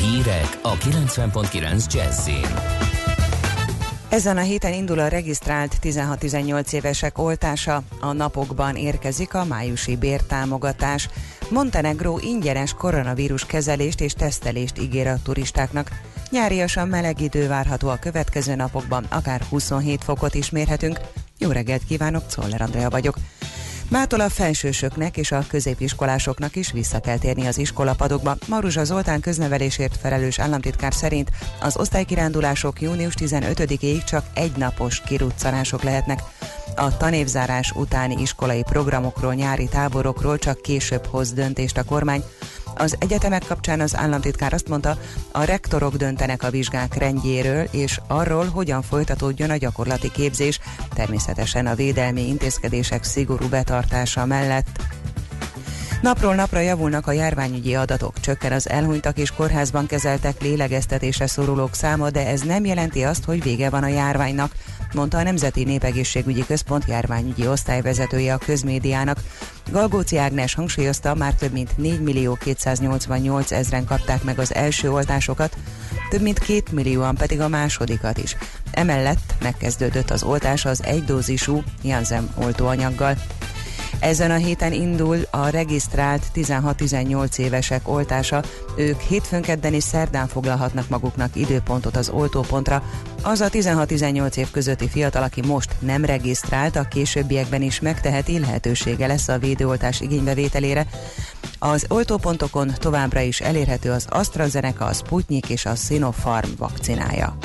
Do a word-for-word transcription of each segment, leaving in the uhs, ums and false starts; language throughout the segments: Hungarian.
Hírek a kilencven pont kilenc Jazzin. Ezen a héten indul a regisztrált tizenhat-tizennyolc évesek oltása, a napokban érkezik a májusi bértámogatás. Montenegró ingyenes koronavírus kezelést és tesztelést ígér a turistáknak. Nyáriasan meleg idő várható a következő napokban, akár huszonhét fokot is mérhetünk. Jó reggelt kívánok, Czoller Andrea vagyok. Mától a felsősöknek és a középiskolásoknak is vissza kell térni az iskolapadokba. Maruzsa Zoltán köznevelésért felelős államtitkár szerint az osztálykirándulások június tizenötödikéig csak egynapos kiruccanások lehetnek. A tanévzárás utáni iskolai programokról, nyári táborokról csak később hoz döntést a kormány. Az egyetemek kapcsán az államtitkár azt mondta, a rektorok döntenek a vizsgák rendjéről és arról, hogyan folytatódjon a gyakorlati képzés, természetesen a védelmi intézkedések szigorú betartása mellett. Napról napra javulnak a járványügyi adatok, csökken az elhunytak és kórházban kezeltek lélegeztetésre szorulók száma, de ez nem jelenti azt, hogy vége van a járványnak, mondta a Nemzeti Népegészségügyi Központ járványügyi osztályvezetője a közmédiának. Galgóci Ágnes hangsúlyozta, már több mint négy millió kétszáznyolcvannyolc ezren kapták meg az első oltásokat, több mint két millióan pedig a másodikat is. Emellett megkezdődött az oltás az egydózisú Janssen oltóanyaggal. Ezen a héten indul a regisztrált tizenhat-tizennyolc évesek oltása. Ők hétfőn, kedden és szerdán foglalhatnak maguknak időpontot az oltópontra. Az a tizenhat-tizennyolc év közötti fiatal, aki most nem regisztrált, a későbbiekben is megteheti, lehetősége lesz a védőoltás igénybevételére. Az oltópontokon továbbra is elérhető az AstraZeneca, a Sputnik és a Sinopharm vakcinája.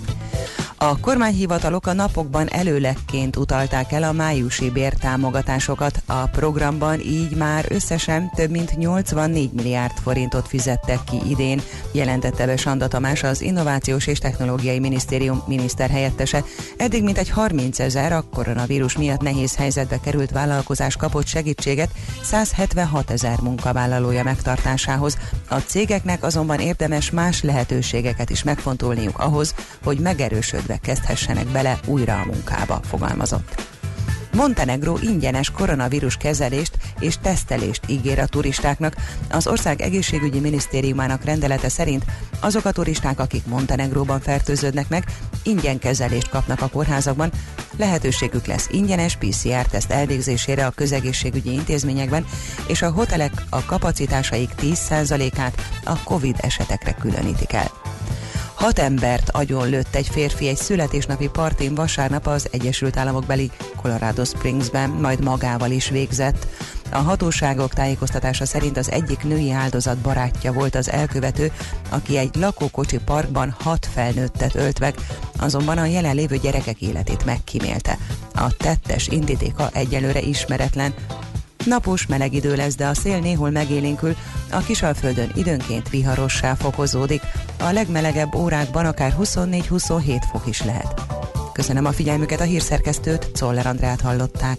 A kormányhivatalok a napokban előlegként utalták el a májusi bértámogatásokat. A programban így már összesen több mint nyolcvannégy milliárd forintot fizettek ki idén, jelentette be Sanda Tamás, az Innovációs és Technológiai Minisztérium miniszterhelyettese. Eddig mintegy harmincezer a koronavírus miatt nehéz helyzetbe került vállalkozás kapott segítséget százhetvenhatezer munkavállalója megtartásához. A cégeknek azonban érdemes más lehetőségeket is megfontolniuk ahhoz, hogy megerősödve kezdhessenek bele újra a munkába, fogalmazott. Montenegró ingyenes koronavírus kezelést és tesztelést ígér a turistáknak. Az ország egészségügyi minisztériumának rendelete szerint azok a turisták, akik Montenegróban fertőződnek meg, ingyen kezelést kapnak a kórházakban, lehetőségük lesz ingyenes pé cé er-teszt elvégzésére a közegészségügyi intézményekben, és a hotelek a kapacitásaik tíz százalékát a Covid esetekre különítik el. Hat embert agyonlőtt egy férfi egy születésnapi partin vasárnap az Egyesült Államok beli Colorado Springsben, majd magával is végzett. A hatóságok tájékoztatása szerint az egyik női áldozat barátja volt az elkövető, aki egy lakókocsi parkban hat felnőttet ölt meg, azonban a jelenlévő gyerekek életét megkímélte. A tettes indítéka egyelőre ismeretlen. Napos, meleg idő lesz, de a szél néhol megélénkül, a Kisalföldön időnként viharossá fokozódik. A legmelegebb órákban akár huszonnégy-huszonhét fok is lehet. Köszönöm a figyelmüket, a hírszerkesztőt, Czoller Andrát hallották.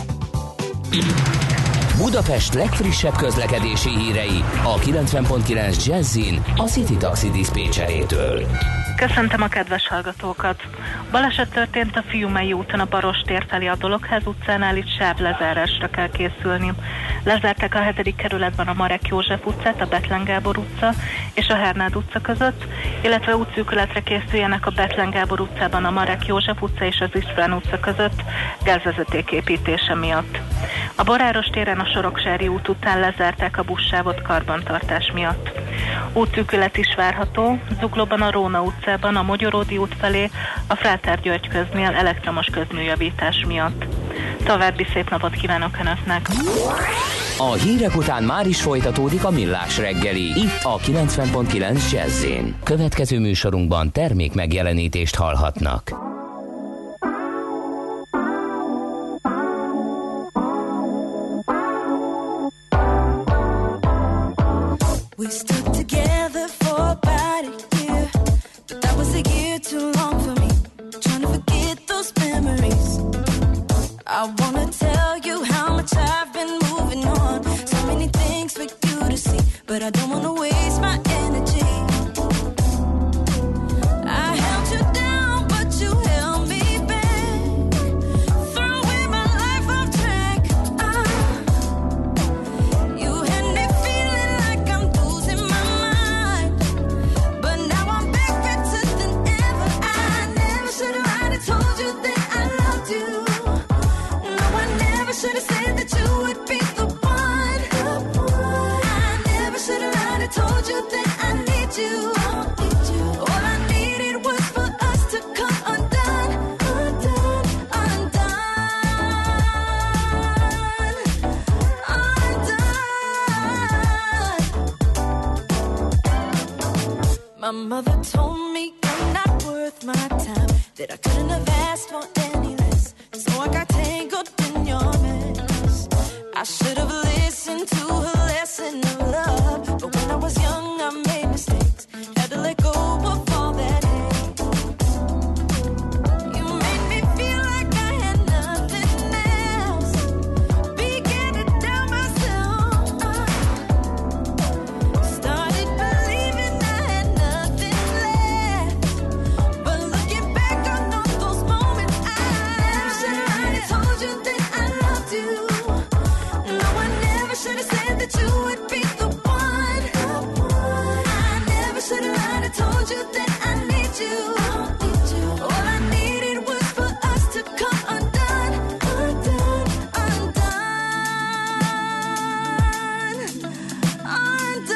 Budapest legfrissebb közlekedési hírei a kilencven pont kilenc Jazzin a City Taxi diszpécserétől. Köszöntöm a kedves hallgatókat! Baleset történt a Fiumei úton a Baross tér felé a Dologház utcánál, itt sávlezárásra kell készülni. Lezárták a hetedik kerületben a Marek József utcát, a Bethlen Gábor utca és a Hernád utca között, illetve útszűkületre készüljenek a Bethlen Gábor utcában a Marek József utca és az István utca között gázvezeték építése miatt. A Boráros téren a Soroksári út után lezárták a buszsávot karbantartás miatt. Útszűkület is várható, Zuglóban a Róna utcában, a Mogyoródi út felé, a Frátár György köznél elektromos közműjavítás miatt. További szép napot kívánok Önöknek! A hírek után már is folytatódik a Millás reggeli, itt a kilencven pont kilenc Jazzin. Következő műsorunkban termék megjelenítést hallhatnak. We stood together for about a year, but that was a year too long for me. Trying to forget those memories. I wanna tell you how much I've been moving on. So many things for you to see, but I don't wanna waste my energy. I held you down, but you held me back. Throwing my life off track. Ah, you had me feeling like I'm losing my mind. told you that I need you. All I needed was for us to come undone, undone, undone, undone. My mother told me you're not worth my time, that I couldn't have asked for any less, so I got tangled in your mess. I should have listened to her lesson of love, but when I was young I made mistakes, had to let go of all that hate. You made me feel like I had nothing else, began to doubt myself, I started believing I had nothing left, but looking back on all those moments I never should have told you that I loved you. No, I never should have said that you would be the one. I never should have lied and told you that I need you. All I needed was for us to come undone, undone, undone,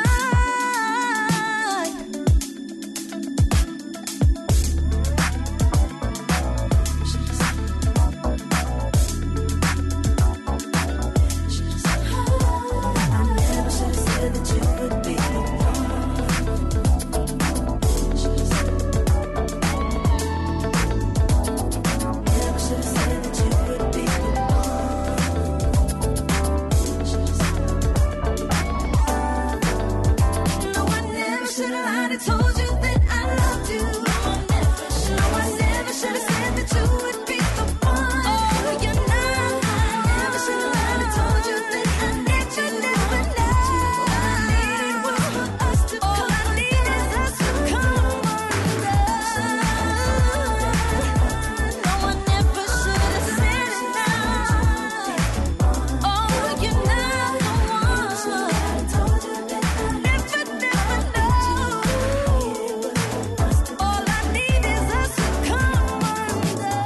told you that I loved you. No, I never should have said that you would be the one. Oh, you're not. I never should have lied and told you that I need you. Never know. All I needed was for us to come. All I need is us to come undone. No, I never should have said it now. Oh, you're not the one. Never, never know. All I need is us to come undone.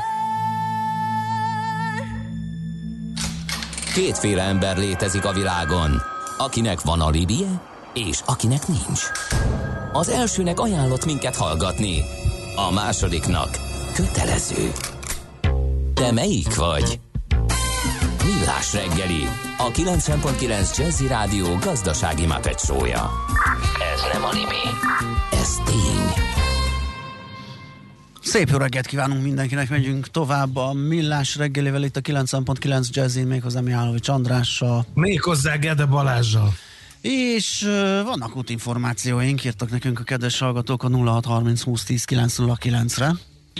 Kétféle ember létezik a világon, akinek van alibije, és akinek nincs. Az elsőnek ajánlott minket hallgatni, a másodiknak kötelező. Te melyik vagy? Millás reggeli, a kilencven pont kilenc Jazzy Rádió gazdasági Muppet show-ja. Ez nem anime, ez tény. Szép jó reggelt kívánunk mindenkinek, megyünk tovább a Millás reggelivel itt a kilencven pont kilenc Jazzin, méghozzá Mihálovics Andrással. Méghozzá Gede Balázsral. És uh, vannak útinformációink, írtak nekünk a kedves hallgatók a nulla hat harminc húsz tíz kilenc nulla kilencre.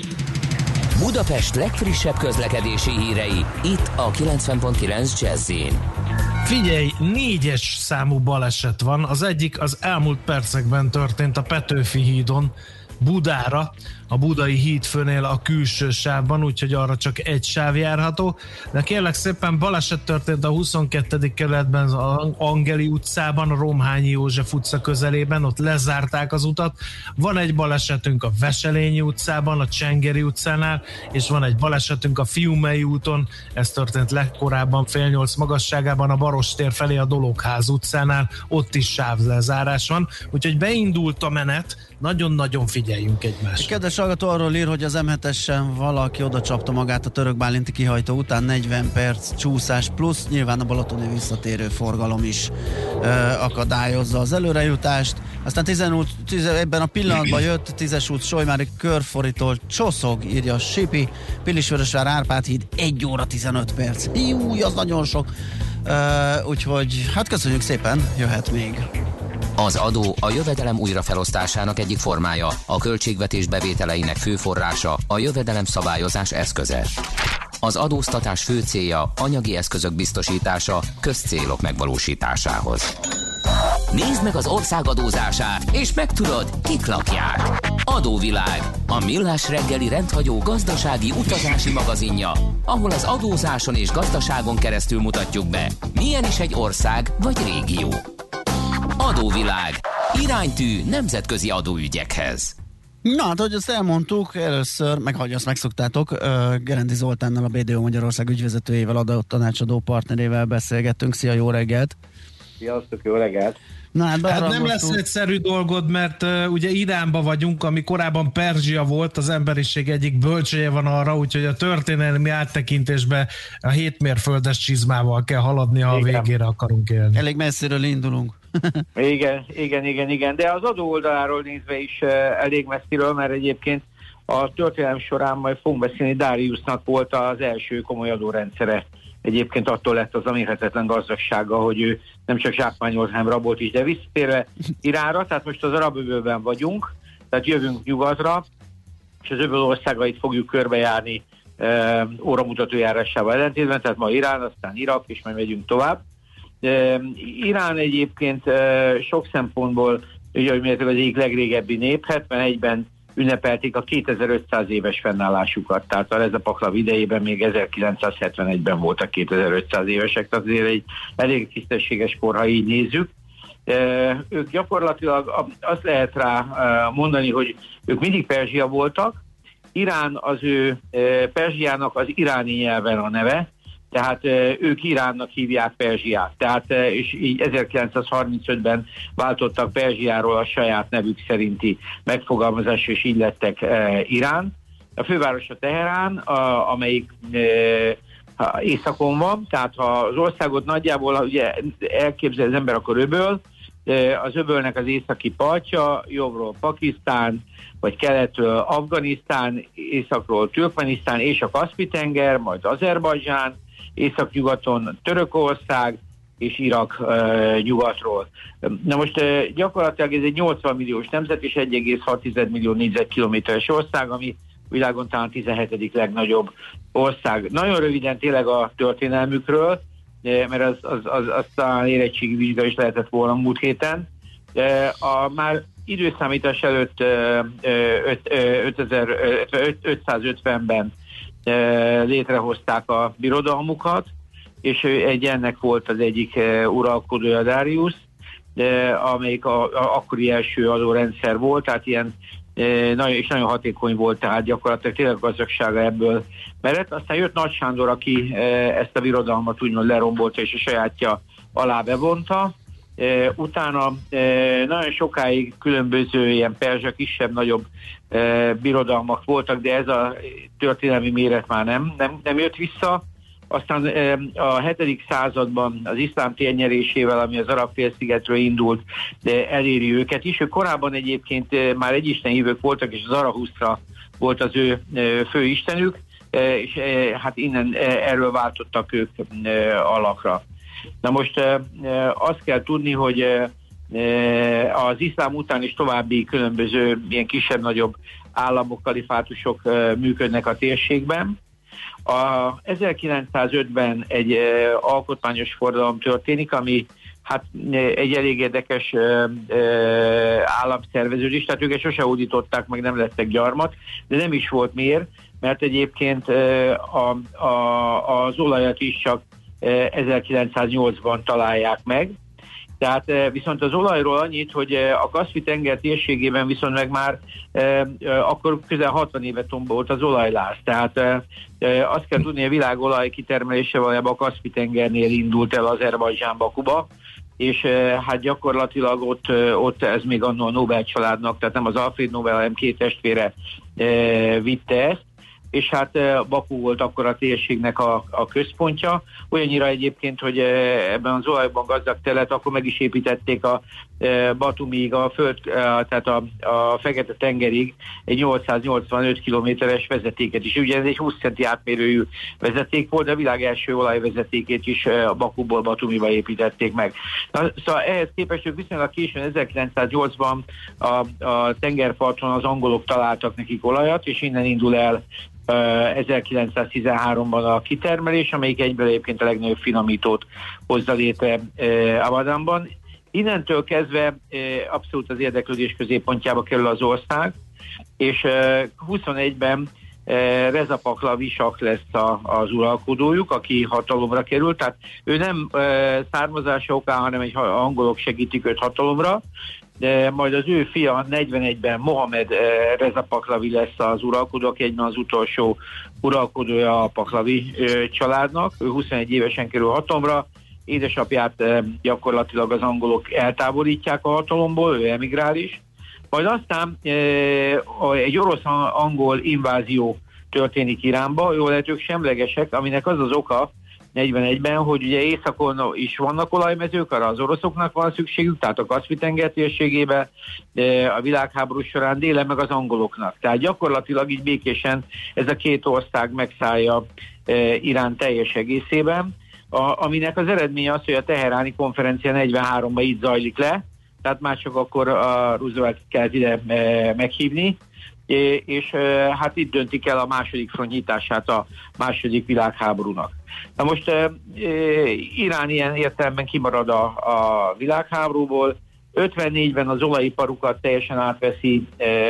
Budapest legfrissebb közlekedési hírei, itt a kilencven pont kilenc Jazzin. Figyelj, négyes számú baleset van, az egyik az elmúlt percekben történt a Petőfi hídon, Budára, a Budai hídfőnél a külső sávban, úgyhogy arra csak egy sáv járható. De kérlek szépen, baleset történt a huszonkettedik kerületben, az Angeli utcában, a Romhányi József utca közelében, ott lezárták az utat. Van egy balesetünk a Veselényi utcában, a Csengeri utcánál, és van egy balesetünk a Fiumei úton, ez történt legkorábban fél nyolc magasságában, a Barostér felé a Dologház utcánál, ott is sávlezárás van, úgyhogy beindult a menet, nagyon-nagyon figyeljünk egymásra. Kedves hallgató arról ír, hogy az em hetesen valaki oda csapta magát a Török Bálinti kihajtó után, negyven perc csúszás plusz, nyilván a balatoni visszatérő forgalom is ö, akadályozza az előrejutást. Aztán tizenút, tizen, ebben a pillanatban jött tízes út Solymári körforitól Csoszog, írja Sipi, Pilisvörösvár Árpád híd egy óra tizenöt perc. Júj, az nagyon sok. Ö, úgyhogy hát köszönjük szépen, jöhet még. Az adó a jövedelem újrafelosztásának egyik formája, a költségvetés bevételeinek fő forrása, a jövedelem szabályozás eszköze. Az adóztatás fő célja anyagi eszközök biztosítása közcélok megvalósításához. Nézd meg az ország adózását, és megtudod, kik lakják. Adóvilág, a millás reggeli rendhagyó gazdasági utazási magazinja, ahol az adózáson és gazdaságon keresztül mutatjuk be, milyen is egy ország vagy régió. Adóvilág. Iránytű nemzetközi adóügyekhez. Na, hát, hogy azt elmondtuk először, meg hogy azt megszoktátok, uh, Gerendi Zoltánnal, a bé dé o Magyarország ügyvezetőjével, adott tanácsadó partnerével beszélgettünk. Szia, jó reggelt! Sziasztok, jó reggelt! Na, hát, hát nem lesz egyszerű dolgod, mert uh, ugye Iránban vagyunk, ami korábban Perzsia volt, az emberiség egyik bölcséje van arra, úgyhogy a történelmi áttekintésbe a hétmérföldes csizmával kell haladni, ha igen. a végére akarunk élni. Elég messziről indulunk. igen, igen, igen, igen, de az adó oldaláról nézve is uh, elég messziről, mert egyébként a történelem során majd fogunk beszélni, Dariusnak volt az első komoly adórendszere. Egyébként attól lett az a mérhetetlen gazdagsága, hogy ő nem csak zsákmányolt, hanem rabolt is, de visszatérve Iránra, tehát most az arab öbölben vagyunk, tehát jövünk nyugatra, és az öböl országait fogjuk körbejárni e, óramutató járásával ellentétben, tehát ma Irán, aztán Irak, és majd megyünk tovább. E, Irán egyébként e, sok szempontból, ugye, hogy az egyik legrégebbi nép, hetvenegyben ünnepelték a kétezer-ötszáz éves fennállásukat, tehát a Reza Pahlavi idejében még ezerkilencszázhetvenegyben voltak kétezer-ötszáz évesek, tehát azért egy elég tisztességes kor, ha így nézzük. E, ők gyakorlatilag azt lehet rá mondani, hogy ők mindig Perzsia voltak, Irán az ő e, Perzsiának az iráni nyelven a neve, tehát e, ők Iránnak hívják Perzsiát, tehát, e, és így ezerkilencszázharmincötben váltottak Perzsiáról a saját nevük szerinti megfogalmazás, és így lettek e, Irán. A fővárosa Teherán, a, amelyik e, északon van, tehát ha az országot nagyjából ugye, elképzel az ember, akkor öböl, e, az öbölnek az északi partja, jobbról Pakisztán, vagy keletről Afganisztán, északról Türkmenisztán és a Kaszpi-tenger, majd Azerbajdzsán, északnyugaton Törökország és Irak uh, nyugatról. Na most uh, gyakorlatilag ez egy nyolcvan milliós nemzet és egy egész hat millió négyzetkilométeres ország, ami világon talán tizenhetedik legnagyobb ország. Nagyon röviden tényleg a történelmükről, mert az, az, az, az talán érettségi vizsga is lehetett volna múlt héten. A már időszámítás előtt ötszázötvenben létrehozták a birodalmukat, és egy ennek volt az egyik uralkodója, Darius, amelyik a, a akkori első adórendszer volt, tehát ilyen nagyon, és nagyon hatékony volt, tehát gyakorlatilag tényleg gazdagsága ebből merett. Aztán jött Nagy Sándor, aki ezt a birodalmat úgymond lerombolta, és a sajátja alá bevonta. Utána nagyon sokáig különböző ilyen perzsa, kisebb-nagyobb birodalmak voltak, de ez a történelmi méret már nem, nem, nem jött vissza. Aztán a hetedik században az iszlám térnyerésével, ami az Arab-félszigetről indult, eléri őket is. Ők korábban egyébként már egyistenhívők voltak, és az Zarathustra volt az ő főistenük, és hát innen erről váltottak ők alakra. Na most azt kell tudni, hogy az iszlám után is további különböző ilyen kisebb-nagyobb államok, kalifátusok működnek a térségben. A ezerkilencszázötben egy uh, alkotmányos forradalom történik, ami hát egy elég érdekes uh, uh, államszerveződés, tehát őket sose hódították, meg nem lettek gyarmat, de nem is volt miért, mert egyébként uh, a, a, az olajat is csak uh, ezerkilencszáznyolcban találják meg. Tehát viszont az olajról annyit, hogy a Kaszpi-tenger térségében viszont meg már e, akkor közel hatvan éve tombolt az olajláz. Tehát e, azt kell tudni, hogy a világ olaj kitermelése valójában a Kaszpi-tengernél indult el Azerbajdzsán Bakuba, és e, hát gyakorlatilag ott, ott ez még annól a Nobel családnak, tehát nem az Alfred Nobel, hanem két testvére e, vitte ezt, és hát Baku volt akkor a térségnek a, a központja, olyannyira egyébként, hogy ebben az olajban gazdag terület, akkor meg is építették a Batumig, a föld, tehát a, a Fekete-tengerig egy nyolcszáznyolcvanöt kilométeres vezetéket is. Ugye ez egy húsz centi átmérőjű vezeték volt, de a világ első olajvezetékét is a Bakuból Batumiba építették meg. Na, szóval ehhez képest ők viszonylag későn ezerkilencszáznyolcban a, a tengerparton az angolok találtak nekik olajat, és innen indul el ezerkilencszáztizenháromban a kitermelés, amelyik egyből egyébként a legnagyobb finomítót hozza létre Abadanban. Innentől kezdve abszolút az érdeklődés középpontjába kerül az ország, és huszonegyben Reza Pahlavi Sah lesz a, az uralkodójuk, aki hatalomra került, tehát ő nem származása okán, hanem egy angolok segítik őt hatalomra, de majd az ő fia negyvenegyben Mohamed Reza Pahlavi lesz az uralkodó, aki egyben az utolsó uralkodója a Pahlavi családnak. Ő huszonegy évesen kerül hatalomra, édesapját gyakorlatilag az angolok eltávolítják a hatalomból, ő emigrál is. Majd aztán egy orosz-angol invázió történik Iránba, jól lehet ők semlegesek, aminek az az oka negyvenegyben, hogy ugye északon is vannak olajmezők, arra az oroszoknak van szükségük, tehát a Kaszpi-tenger térségében, a világháború során délen meg az angoloknak. Tehát gyakorlatilag így békésen ez a két ország megszállja Irán teljes egészében, a, aminek az eredménye az, hogy a teheráni konferencia negyvenháromban így zajlik le, tehát már csak akkor a Roosevelt kellett ide meghívni, és hát itt döntik el a második front nyitását a második világháborúnak. Na most Irán ilyen értelemben kimarad a, a világháborúból, ötvennégyben az olajiparukat teljesen átveszi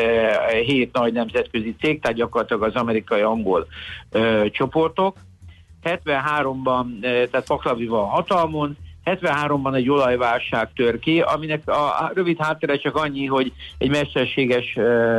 hét nagy nemzetközi cég, tehát gyakorlatilag az amerikai-angol csoportok. hetvenháromban, tehát Pahlavi van hatalmon, hetvenháromban egy olajválság tör ki, aminek a rövid háttere csak annyi, hogy egy mesterséges,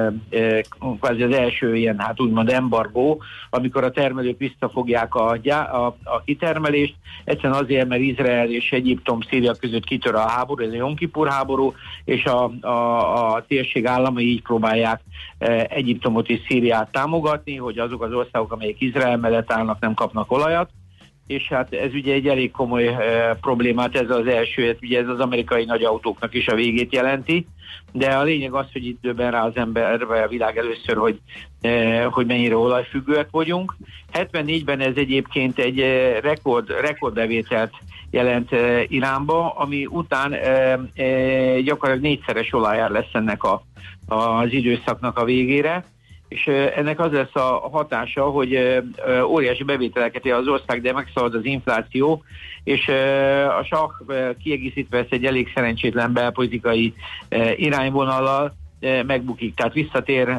kvázi az első ilyen, hát úgymond embargó, amikor a termelők visszafogják a, a, a kitermelést, egyszerűen azért, mert Izrael és Egyiptom, Szíria között kitör a háború, ez a Jom Kipur háború, és a, a, a térség államai így próbálják Egyiptomot és Szíriát támogatni, hogy azok az országok, amelyek Izrael mellett állnak, nem kapnak olajat, és hát ez ugye egy elég komoly e, problémát, ez az első, ugye ez az amerikai nagy autóknak is a végét jelenti, de a lényeg az, hogy itt döbben rá az ember, a világ először, hogy, e, hogy mennyire olajfüggőek vagyunk. hetvennégyben ez egyébként egy e, rekord, rekordbevételt jelent e, Iránba, ami után e, e, gyakorlatilag négyszeres olajár lesz ennek a, az időszaknak a végére, és ennek az lesz a hatása, hogy óriási bevételeket ér az ország, de megszalad az infláció, és a sah kiegészítve ezt egy elég szerencsétlen belpolitikai irányvonallal megbukik. Tehát visszatér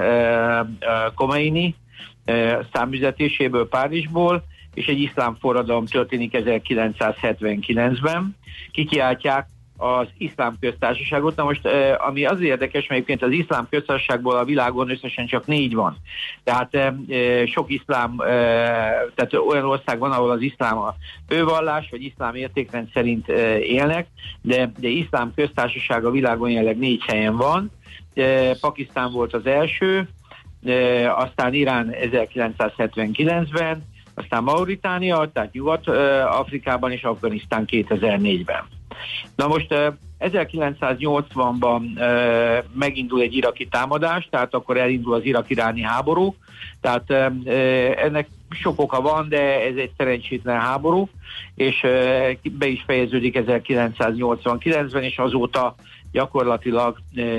Khomeini számüzetéséből Párizsból, és egy iszlám forradalom történik ezerkilencszázhetvenkilencben. Kikiáltják az iszlám köztársaságot. Na most, ami az érdekes, mert egyébként az iszlám köztársaságból a világon összesen csak négy van. Tehát sok iszlám, tehát olyan ország van, ahol az iszlám a fővallás, vagy iszlám értékrend szerint élnek, de, de iszlám köztársaság a világon jelenleg négy helyen van. Pakisztán volt az első, aztán Irán ezerkilencszázhetvenkilencben, aztán Mauritánia, tehát Nyugat-Afrikában és Afganisztán kétezer-négyben. Na most ezerkilencszáznyolcvanban megindul egy iraki támadás, tehát akkor elindul az irak-iráni háború, tehát ennek sok oka van, de ez egy szerencsétlen háború, és be is fejeződik ezerkilencszáznyolcvankilencben, és azóta gyakorlatilag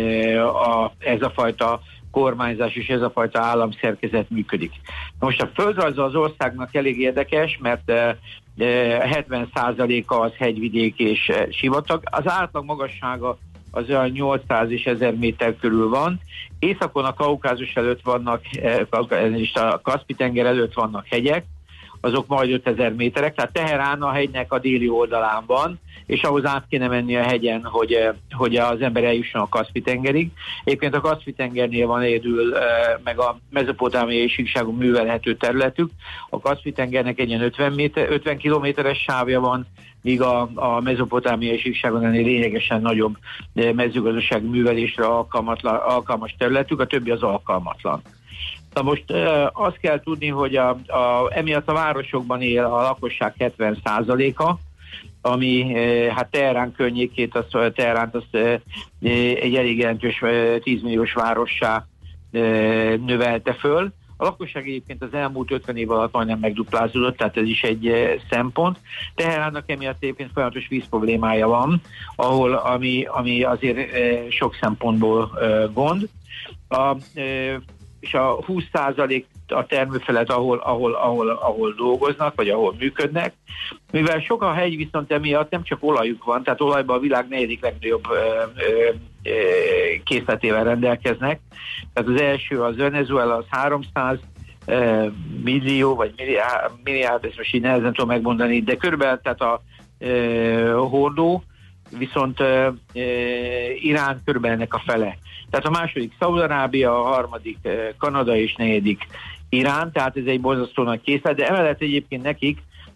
ez a fajta kormányzás és ez a fajta államszerkezet működik. Most a földrajza az országnak elég érdekes, mert hetven százaléka az hegyvidék és sivatag. Az átlag magassága az olyan nyolcszáz és ezer méter körül van. Északon a Kaukázus előtt vannak, és a Kaszpi-tenger előtt vannak hegyek, azok majd ötezer méterek, tehát Teherán a hegynek a déli oldalán van, és ahhoz át kéne menni a hegyen, hogy, hogy az ember eljusson a Kaszpi-tengerig. Egyébként a Kaszpi-tengernél van egyedül meg a mezopotámiai síkságú művelhető területük. A Kaszpi-tengernek egy ilyen ötven, méter, ötven kilométeres sávja van, míg a, a mezopotámiai síkságon ennél lényegesen nagyobb mezőgazdasági művelésre alkalmas területük, a többi az alkalmatlan. Na most azt kell tudni, hogy a, a, emiatt a városokban él a lakosság hetven százaléka, ami hát Teherán környékét, az, Teheránt azt egy elég jelentős tíz milliós várossá növelte föl. A lakosság egyébként az elmúlt ötven év alatt majdnem megduplázódott, tehát ez is egy szempont. Teheránnak emiatt egyébként folyamatos víz problémája van, ahol, ami, ami azért sok szempontból gond. A, és a húsz százalék a termőfelet, ahol, ahol, ahol, ahol dolgoznak, vagy ahol működnek. Mivel sok a hegy, viszont emiatt nem csak olajuk van, tehát olajban a világ negyedik legnagyobb ö, ö, ö, készletével rendelkeznek. Tehát az első az Venezuela, az háromszáz ö, millió, vagy milliárd, milliárd, ezt most így nehezen tudom megmondani, de körülbelül tehát a ö, hordó, viszont ö, ö, Irán körülbelül ennek a fele. Tehát a második Szaúd-Arábia, a harmadik Kanada és negyedik Irán, tehát ez egy borzasztó nagy készlet, de emellett egyébként nekik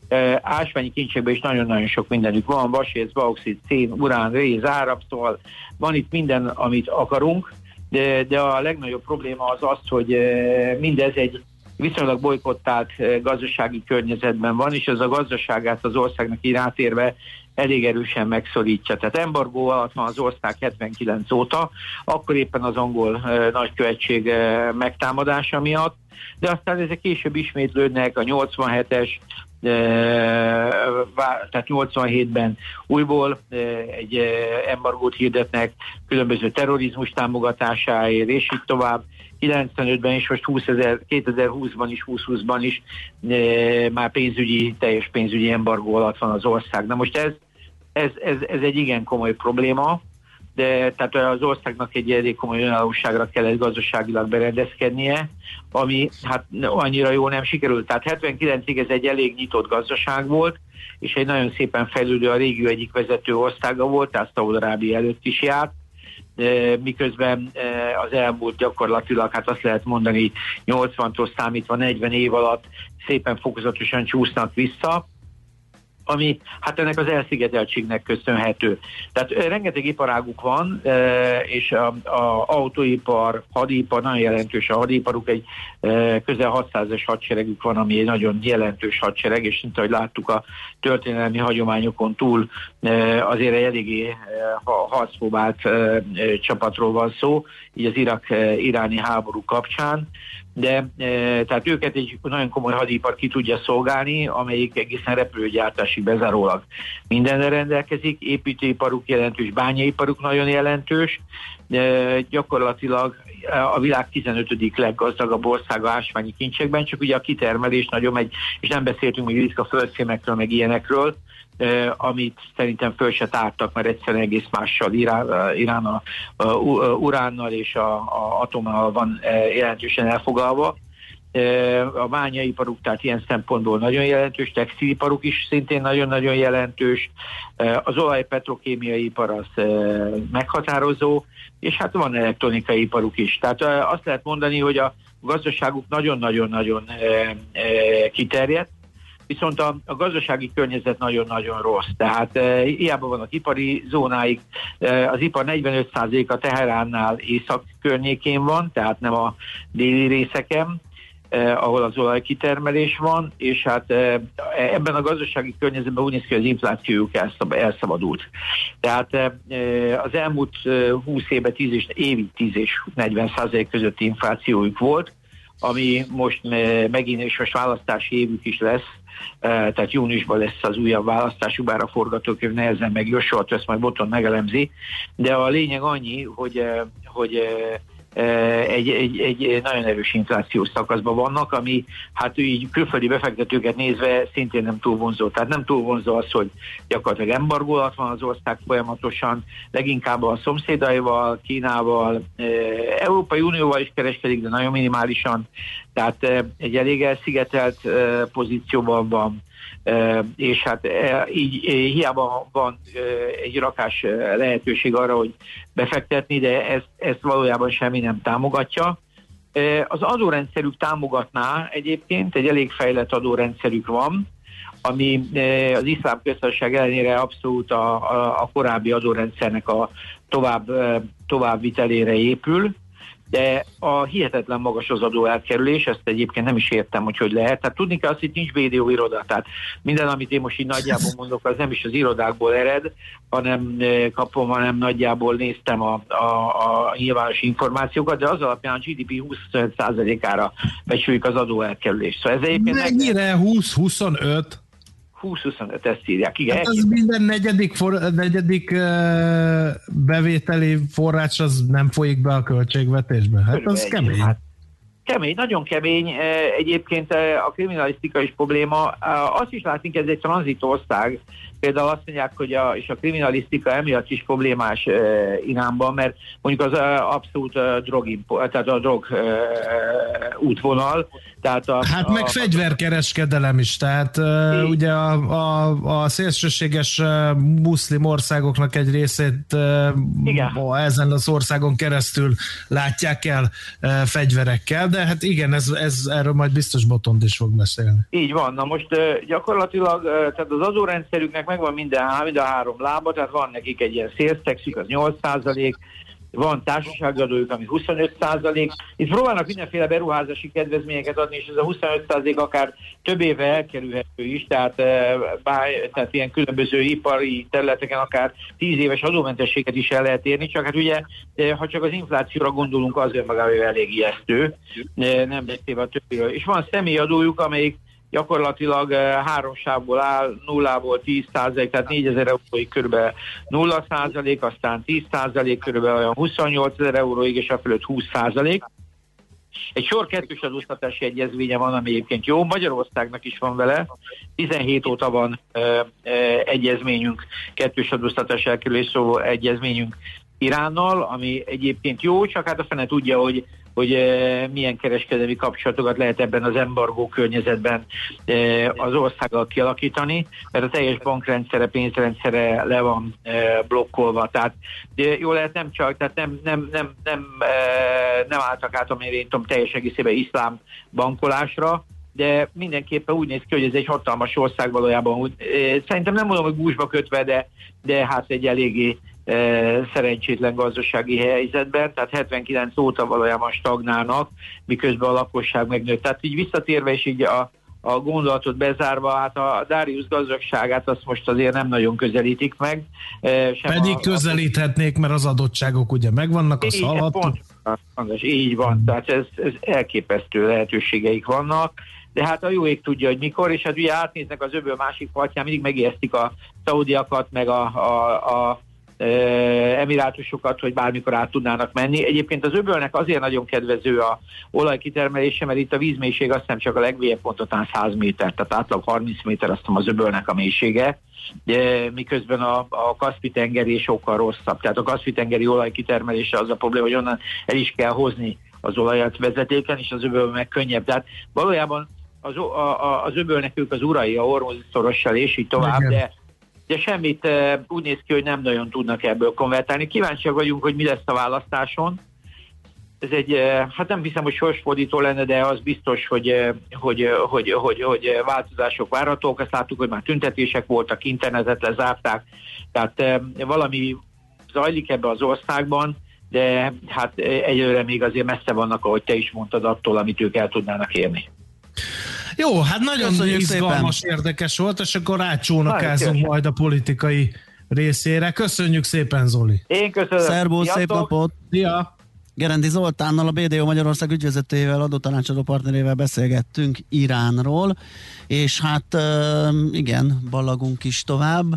Ásványi kincsekben is nagyon-nagyon sok mindenük van, vasérc, bauxit, szén, urán, réz, árap, szóval van itt minden, amit akarunk, de, de a legnagyobb probléma az az, hogy mindez egy viszonylag bolykottált gazdasági környezetben van, és ez a gazdaságát az országnak így rátérve elég erősen megszorítja. Tehát embargó alatt van az ország hetvenkilenc óta, akkor éppen az angol e, nagykövetség e, megtámadása miatt, de aztán ezek később ismétlődnek, a nyolcvanhetes, e, tehát nyolcvanhétben újból e, egy e, embargót hirdetnek különböző terrorizmus támogatásáért, és így tovább. kilencvenötben is, most kétezer-húszban is, húsz-húszban is e, már pénzügyi, teljes pénzügyi embargó alatt van az ország. Na most ez, ez, ez, ez egy igen komoly probléma, de tehát az országnak egy elég komoly önállóságra kellett gazdaságilag berendezkednie, ami hát annyira jó nem sikerült. Tehát hetvenkilencig ez egy elég nyitott gazdaság volt, és egy nagyon szépen fejlődő, a régió egyik vezető országa volt, tehát Szaúd-Arábia előtt is járt, miközben az elmúlt gyakorlatilag, hát azt lehet mondani, nyolcvantól számítva negyven év alatt szépen fokozatosan csúsznak vissza, ami hát ennek az elszigeteltségnek köszönhető. Tehát rengeteg iparáguk van, és a, a autóipar, hadipar, nagyon jelentős a hadiparuk, egy közel hatszázas hadseregük van, ami egy nagyon jelentős hadsereg, és mint ahogy láttuk a történelmi hagyományokon túl, azért egy eléggé harcpróbált csapatról van szó, így az irak-iráni háború kapcsán, de e, tehát őket egy nagyon komoly hadipar ki tudja szolgálni, amelyik egészen repülőgyártásig bezárólag mindenre rendelkezik, építőiparuk jelentős, bányaiparuk nagyon jelentős, de gyakorlatilag a világ tizenötödik leggazdagabb országa ásványi kincsekben, csak ugye a kitermelés nagyon megy, és nem beszéltünk még ritka földfémekről, meg ilyenekről, Uh, amit szerintem föl se tártak, mert egyszerűen egész mással Irán, Irán a, a, a uránnal és a, a atommal van uh, jelentősen elfogalva. Uh, a bányaiparuk, tehát ilyen szempontból nagyon jelentős, textiliparuk is szintén nagyon-nagyon jelentős, uh, az olaj-petrokémiai ipar az uh, meghatározó, és hát van elektronikai iparuk is. Tehát uh, azt lehet mondani, hogy a gazdaságuk nagyon-nagyon-nagyon uh, uh, kiterjedt, viszont a, a gazdasági környezet nagyon-nagyon rossz. Tehát e, hiába vannak ipari zónáik, e, az ipar negyvenöt százaléka Teheránnál észak környékén van, tehát nem a déli részeken, e, ahol az olajkitermelés van, és hát e, ebben a gazdasági környezetben úgy néz ki, hogy az inflációjuk elszab, elszabadult. Tehát e, az elmúlt húsz évben tíz és, évi tíz és negyven százalék közötti inflációjuk volt, ami most megint, és most választási évük is lesz, tehát júniusban lesz az újabb választásuk, bár a forgatókönyv nehezen megjósolt, ezt majd Boton megelemzi, de a lényeg annyi, hogy, hogy egy, egy, egy nagyon erős inflációs szakaszban vannak, ami hát így külföldi befektetőket nézve szintén nem túl vonzó. Tehát nem túl vonzó az, hogy gyakorlatilag embargó alatt van az ország folyamatosan, leginkább a szomszédaival, Kínával, Európai Unióval is kereskedik, de nagyon minimálisan, tehát egy elég elszigetelt pozícióban van, és hát így hiába van egy rakás lehetőség arra, hogy befektetni, de ezt, ezt valójában semmi nem támogatja. Az adórendszerük támogatná egyébként, egy elég fejlett adórendszerük van, ami az iszlám köztársaság ellenére abszolút a, a, a korábbi adórendszernek a tovább, továbbvitelére épül, de a hihetetlen magas az adó elkerülés, ezt egyébként nem is értem, hogy hogy lehet. Tehát tudni kell azt, hogy nincs bé dé o iroda. Tehát minden, amit én most így nagyjából mondok, az nem is az irodákból ered, hanem kapom, hanem nagyjából néztem a, a, a nyilvános információkat, de az alapján a gé dé pé húsz-huszonöt százalékára becsüljük az adó elkerülést. Szóval ez egyébként mennyire húsz-huszonöt? húsz-huszonöt, ezt írják. Igen, hát az minden negyedik, for, negyedik uh, bevételi forrás az nem folyik be a költségvetésbe. Hát körülbelül az kemény. Hát, kemény, nagyon kemény. Egyébként a kriminalisztika is probléma. Azt is látni, ez egy tranzitország. például azt mondják, hogy a, és a kriminalisztika emiatt is problémás e, Iránban, mert mondjuk az e, abszolút e, drogimpo, tehát a drog e, útvonal. Tehát a, hát a, meg fegyverkereskedelem is, tehát e, ugye a, a, a szélsőséges e, muszlim országoknak egy részét e, ezen az országon keresztül látják el e, fegyverekkel, de hát igen, ez, ez erről majd biztos Botond is fog beszélni. Így van, na most e, gyakorlatilag e, tehát az adórendszerüknek megvan minden, mind a három lába, tehát van nekik egy ilyen sales taxük, az nyolc százalék, van társaságadójuk, ami huszonöt százalék. Itt próbálnak mindenféle beruházási kedvezményeket adni, és ez a huszonöt százalék akár több éve elkerülhető is, tehát, bár, tehát ilyen különböző ipari területeken akár tíz éves adómentességet is el lehet érni, csak hát ugye, ha csak az inflációra gondolunk, az önmagában elég ijesztő, nem beszélve a többiről. És van személyadójuk, amelyik gyakorlatilag három sávból áll, nullából tíz százalék, tehát négyezer euróig körülbelül nulla százalék, aztán tíz százalék körülbelül olyan huszonnyolcezer euróig, és a fölött húsz százalék. Egy sor kettős adóztatási egyezménye van, ami egyébként jó, Magyarországnak is van vele, tizenhét óta van ö, ö, egyezményünk, kettős adóztatás elkerülés szóló egyezményünk Iránnal, ami egyébként jó, csak hát a fene tudja, hogy hogy e, milyen kereskedelmi kapcsolatokat lehet ebben az embargó környezetben e, az országgal kialakítani, mert a teljes bankrendszere, pénzrendszere le van e, blokkolva. Tehát de jó lehet nem csak, tehát nem, nem, nem, nem, e, nem álltak át, amire én tudom, teljes egészében iszlám bankolásra, de mindenképpen úgy néz ki, hogy ez egy hatalmas ország valójában. E, szerintem nem mondom, hogy gúzsba kötve, de, de hát egy eléggé szerencsétlen gazdasági helyzetben, tehát hetvenkilenc óta valójában stagnálnak, miközben a lakosság megnőtt. Tehát így visszatérve és így a, a gondolatot bezárva, hát a Darius gazdagságát azt most azért nem nagyon közelítik meg. Sem Pedig a, közelíthetnék, mert az adottságok ugye megvannak, azt hallhattuk. Így van, tehát ez, ez elképesztő lehetőségeik vannak, de hát a jó ég tudja, hogy mikor, és hát ugye átnéznek az öböl másik partján, mindig megijesztik a szaudiakat, meg a, a, a emirátusokat, hogy bármikor át tudnának menni. Egyébként az öbölnek azért nagyon kedvező a olajkitermelése, mert itt a vízmélység azt hiszem csak a legvélyebb ponton száz méter, tehát átlag harminc méter azt hiszem az öbölnek a mélysége, de miközben a, a Kaszpi-tengeri sokkal rosszabb. Tehát a Kaszpi-tengeri olajkitermelése az a probléma, hogy onnan el is kell hozni az olajat vezetéken, és az öböl meg könnyebb. Tehát valójában az, a, a, az öbölnek ők az urai, a Hormuzi szorossal és így tovább, igen. de de semmit úgy néz ki, hogy nem nagyon tudnak ebből konvertálni. Kíváncsiak vagyunk, hogy mi lesz a választáson. Ez egy, hát nem hiszem, hogy sorsfordító lenne, de az biztos, hogy, hogy, hogy, hogy, hogy változások várhatók. Azt láttuk, hogy már tüntetések voltak, internetet lezárták. Tehát valami zajlik ebbe az országban, de hát egyelőre még azért messze vannak, ahogy te is mondtad, attól, amit ők el tudnának érni. Jó, hát nagyon Köszönjük izgalmas, szépen. Érdekes volt, és akkor rácsónakázunk majd a politikai részére. Köszönjük szépen, Zoli! Én köszönöm! Szerbusz, szép napot! Szia! Gerendi Zoltánnal, a bé dé o Magyarország ügyvezetőjével, adótanácsadó partnerével beszélgettünk Iránról, és hát igen, ballagunk is tovább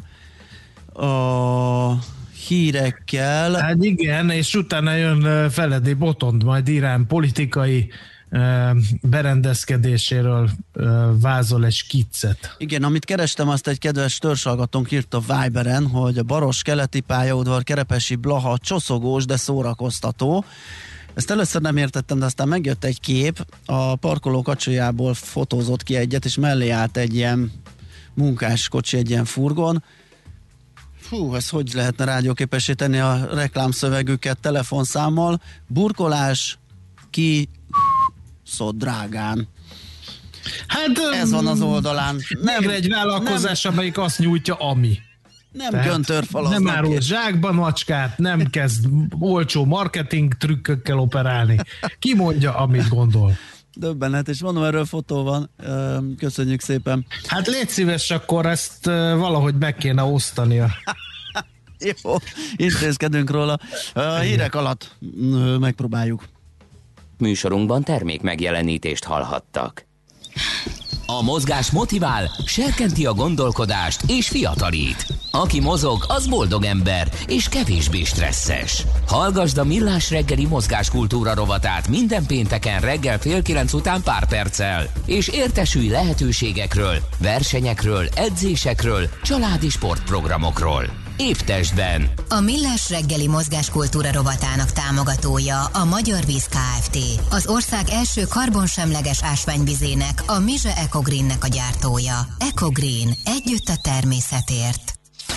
a hírekkel. Hát igen, és utána jön Feledi Botond, majd Irán politikai berendezkedéséről vázol egy skiccet. Igen, amit kerestem, azt egy kedves törzshallgatónk írt a Viberen, hogy a Baros keleti pályaudvar Kerepesi Blaha csoszogós, de szórakoztató. Ezt először nem értettem, de aztán megjött egy kép, a parkoló kacsijából fotózott ki egyet, és mellé állt egy ilyen munkáskocsi, egy ilyen furgon. Hú, ezt hogy lehetne rádióképessé tenni a reklámszövegüket telefonszámmal? Burkolás ki szó drágán. Hát ez van az oldalán. Nem egy vállalkozás, nem, amelyik azt nyújtja, ami. Nem göntörfalaznak. Nem árul zsákban macskát, nem kezd olcsó marketing trükkökkel operálni. Ki mondja, amit gondol. Döbbenet, és mondom, erről fotó van. Köszönjük szépen. Hát légy szíves, akkor ezt valahogy meg kéne osztania. Jó, intézkedünk róla. A hírek alatt megpróbáljuk. Műsorunkban termék megjelenítést hallhattak. A mozgás motivál, serkenti a gondolkodást és fiatalít. Aki mozog, az boldog ember és kevésbé stresszes. Hallgasd a Millás reggeli mozgáskultúra rovatát minden pénteken reggel fél kilenc után pár perccel, és értesülj lehetőségekről, versenyekről, edzésekről, családi sportprogramokról. Épp testben. A Millás reggeli mozgáskultúra rovatának támogatója a Magyar Víz Kft. Az ország első karbonsemleges ásványvizének, a Mize Ecogreennek a gyártója. Ecogreen. Együtt a természetért.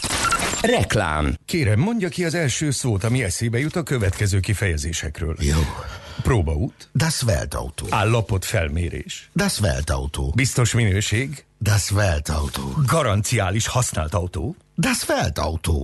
Reklám. Kérem, mondja ki az első szót, ami eszébe jut a következő kifejezésekről. Jó. Próbaút. Das Weltauto. Állapot felmérés. Das Weltauto. Biztos minőség. Das Weltauto. Garanciális használt autó. Das Weltauto.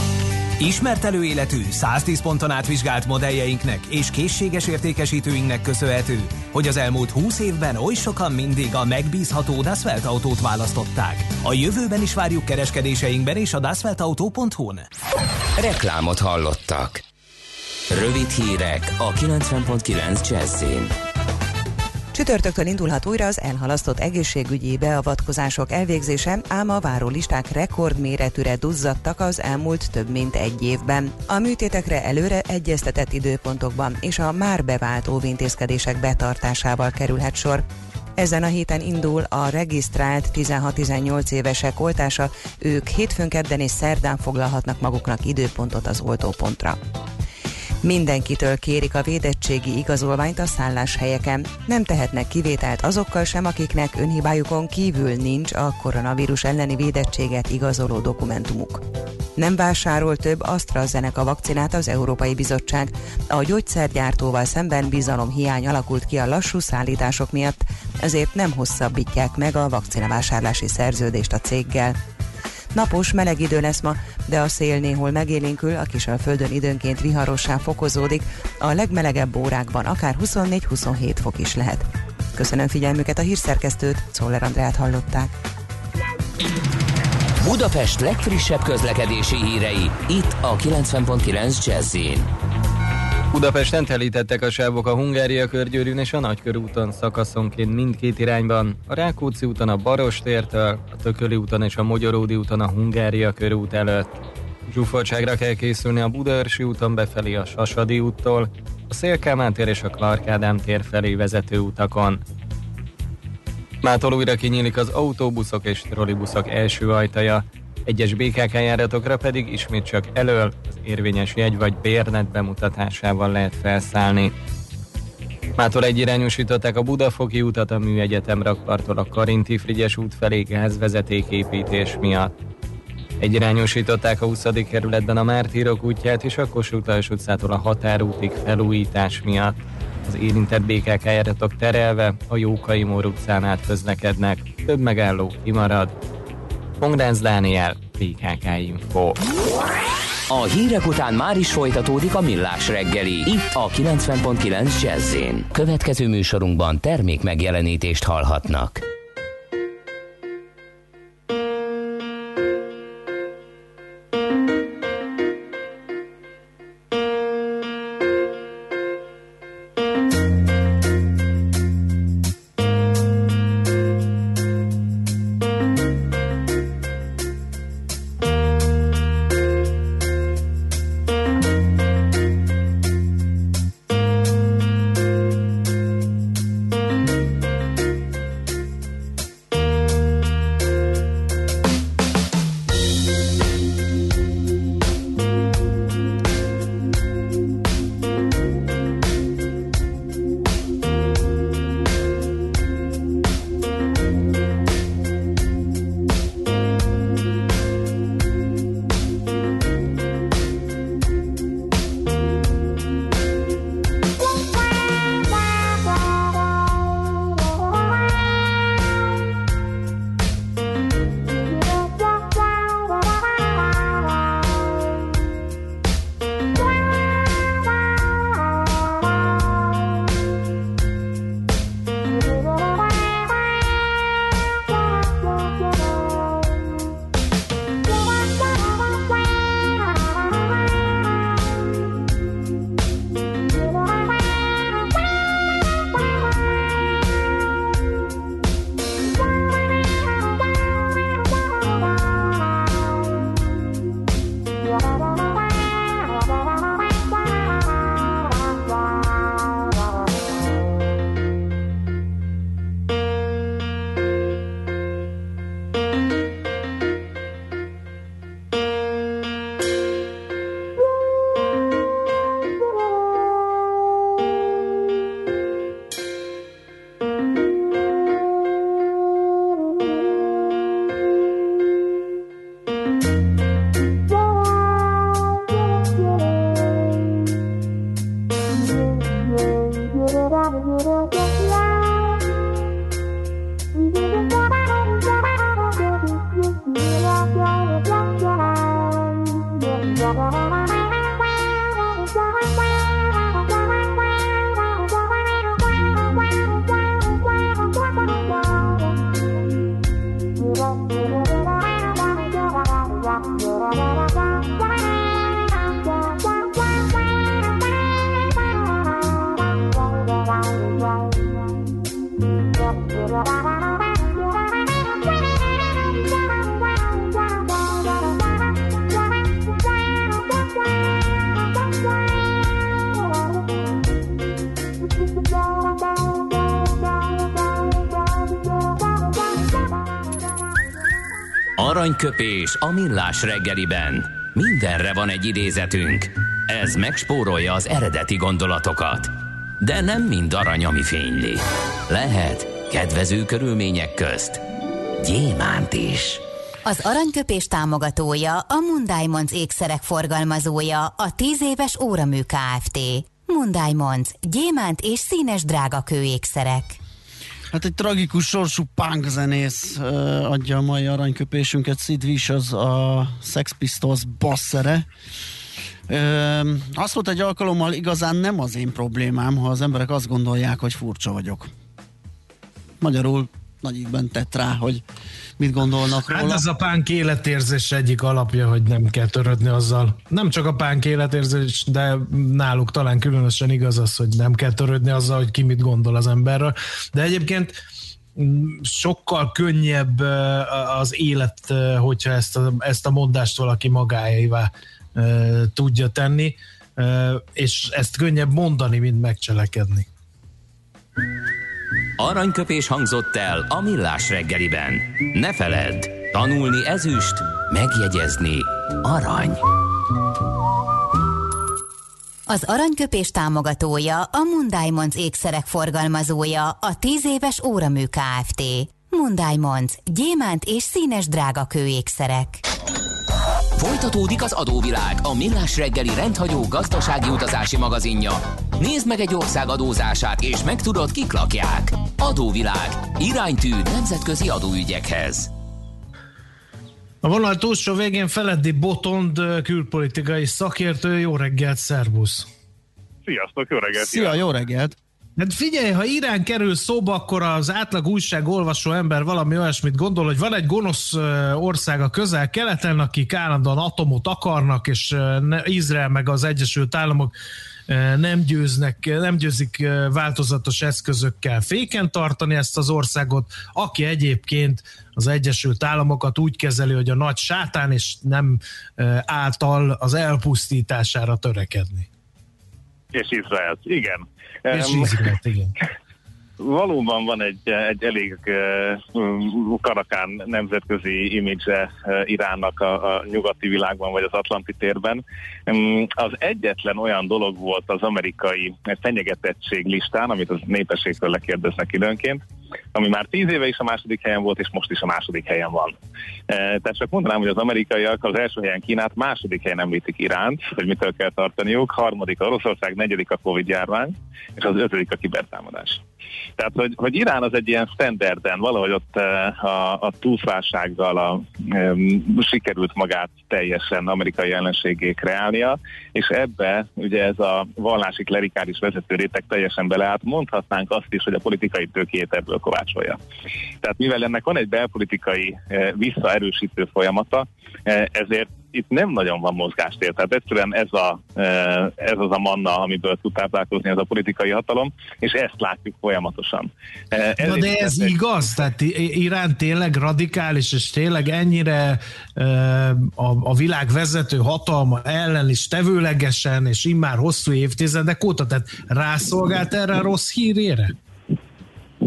Ismert előéletű, száztíz ponton átvizsgált modelljeinknek és készséges értékesítőinknek köszönhető, hogy az elmúlt húsz évben oly sokan mindig a megbízható Das Weltautót választották. A jövőben is várjuk kereskedéseinkben és a das weltauto pont hu-n. Reklámot hallottak. Rövid hírek a kilencven pont kilenc Jazzin. Csütörtöktől indulhat újra az elhalasztott egészségügyi beavatkozások elvégzése, ám a várólisták rekordméretűre duzzadtak az elmúlt több mint egy évben. A műtétekre előre egyeztetett időpontokban és a már bevált óvintézkedések betartásával kerülhet sor. Ezen a héten indul a regisztrált tizenhat-tizennyolc évesek oltása, ők hétfőn, kedden és szerdán foglalhatnak maguknak időpontot az oltópontra. Mindenkitől kérik a védettségi igazolványt a szálláshelyeken. Nem tehetnek kivételt azokkal sem, akiknek önhibájukon kívül nincs a koronavírus elleni védettséget igazoló dokumentumuk. Nem vásárol több AstraZeneca vakcinát az Európai Bizottság. A gyógyszergyártóval szemben bizalomhiány alakult ki a lassú szállítások miatt, ezért nem hosszabbítják meg a vakcinavásárlási szerződést a céggel. Napos, meleg idő lesz ma, de a szél néhol megélénkül, a Kisalföldön időnként viharossá fokozódik, a legmelegebb órákban akár huszonnégy-huszonhét fok is lehet. Köszönöm figyelmüket, a hírszerkesztőt, Czoller Andrát hallották. Budapest legfrissebb közlekedési hírei, itt a kilencven pont kilenc Jazzin. Budapesten telítettek a sávok a Hungária körgyűrűn és a Nagykörúton szakaszonként mindkét irányban. A Rákóczi úton a Barostértől, a Tököli úton és a Mogyoródi úton a Hungária körút előtt. Zsúfoltságra kell készülni a Budaörsi úton befelé a Sasadi úttól, a Széll-Kálmán tér és a Clark Ádám tér felé vezető utakon. Mától újra kinyílik az autóbuszok és trollibuszok első ajtaja, egyes bé ká ká járatokra pedig ismét csak elől az érvényes jegy vagy bérnet bemutatásával lehet felszállni. Mától egyirányosították a Budafoki utat a Műegyetem rakparttól a Karinti-Frigyes út felé gázvezetéképítés miatt. Egyirányosították a huszadik kerületben a Mártírok útját és a Kossuth utcától a Határútig felújítás miatt. Az érintett bé ká ká járatok terelve a Jókai Mór utcán át közlekednek, több megálló kimarad. Pongrácz Dániel, bé ká ká Info. A hírek után már is folytatódik a Millás reggeli, itt a kilencven pont kilenc Jazzin. Következő műsorunkban termék megjelenítést hallhatnak. Aranyköpés a millás reggeliben. Mindenre van egy idézetünk. Ez megspórolja az eredeti gondolatokat. De nem mind arany, ami fényli. Lehet kedvező körülmények közt gyémánt is. Az aranyköpés támogatója a Mundiamonds ékszerek forgalmazója, a tíz éves Óramű Kft. Mundiamonds, gyémánt és színes drágakő ékszerek. Hát egy tragikus sorsú punk zenész uh, adja a mai aranyköpésünket, Sid Vicious, a Sex Pistols basszere. Uh, azt volt egy alkalommal, igazán nem az én problémám, ha az emberek azt gondolják, hogy furcsa vagyok. Magyarul nagy ívben tett rá, hogy mit gondolnak róla. Hát ez a punk életérzés egyik alapja, hogy nem kell törődni azzal. Nem csak a punk életérzés, de náluk talán különösen igaz az, hogy nem kell törődni azzal, hogy ki mit gondol az emberről. De egyébként sokkal könnyebb az élet, hogyha ezt a, ezt a mondást valaki magáévá tudja tenni, és ezt könnyebb mondani, mint megcselekedni. Aranyköpés hangzott el a millás reggeliben. Ne feledd, tanulni ezüst, megjegyezni arany. Az aranyköpés támogatója a Mundiamonds ékszerek forgalmazója, a tíz éves Óramű Kft. Mundiamonds, gyémánt és színes drágakő ékszerek. Folytatódik az adóvilág, a millás reggeli rendhagyó gazdasági utazási magazinja. Nézd meg egy ország adózását, és megtudod, kik lakják. Adóvilág. Iránytű nemzetközi adóügyekhez. A vonal túlsó végén Feledi Botond, külpolitikai szakértő. Jó reggelt, szervusz! Sziasztok, jó reggelt! Szia, jó reggelt! Hát figyelj, ha Irán kerül szóba, akkor az átlag újságolvasó ember valami olyasmit gondol, hogy van egy gonosz ország a közel-keleten, akik állandóan atomot akarnak, és Izrael meg az Egyesült Államok nem győznek, nem győzik változatos eszközökkel féken tartani ezt az országot, aki egyébként az Egyesült Államokat úgy kezeli, hogy a nagy sátán, és nem által az elpusztítására törekedni. És Izraelt, igen. És Izraelt, igen. Valóban van egy, egy elég uh, karakán nemzetközi imidzse uh, Iránnak a, a nyugati világban, vagy az Atlanti térben. Um, az egyetlen olyan dolog volt az amerikai fenyegetettség listán, amit a népességtől lekérdeznek időnként, ami már tíz éve is a második helyen volt, és most is a második helyen van. E, tehát csak mondanám, hogy az amerikaiak az első helyen Kínát, második helyen említik Iránt, hogy mitől kell tartaniuk, harmadik a Oroszország, negyedik a Covid-járvány, és az ötödik a kibertámadás. Tehát, hogy, hogy Irán az egy ilyen standarden, valahogy ott a, a túlszvársággal a, e, sikerült magát teljesen amerikai ellenségé kreálnia, és ebbe ugye ez a vallási klerikális vezető réteg teljesen beleállt, mondhatnánk azt is, hogy a politikai tőkét ebből kovácsolja. Tehát mivel ennek van egy belpolitikai e, visszaerősítő folyamata, e, ezért itt nem nagyon van mozgástér. Tehát egyszerűen ez, a, ez az a manna, amiből tud táplálkozni ez a politikai hatalom, és ezt látjuk folyamatosan. Ez Na de ez egy... igaz? Tehát Irán tényleg radikális, és tényleg ennyire a, a világ vezető hatalma ellen is tevőlegesen, és immár hosszú évtizedek óta, tehát rászolgált erre a rossz hírére?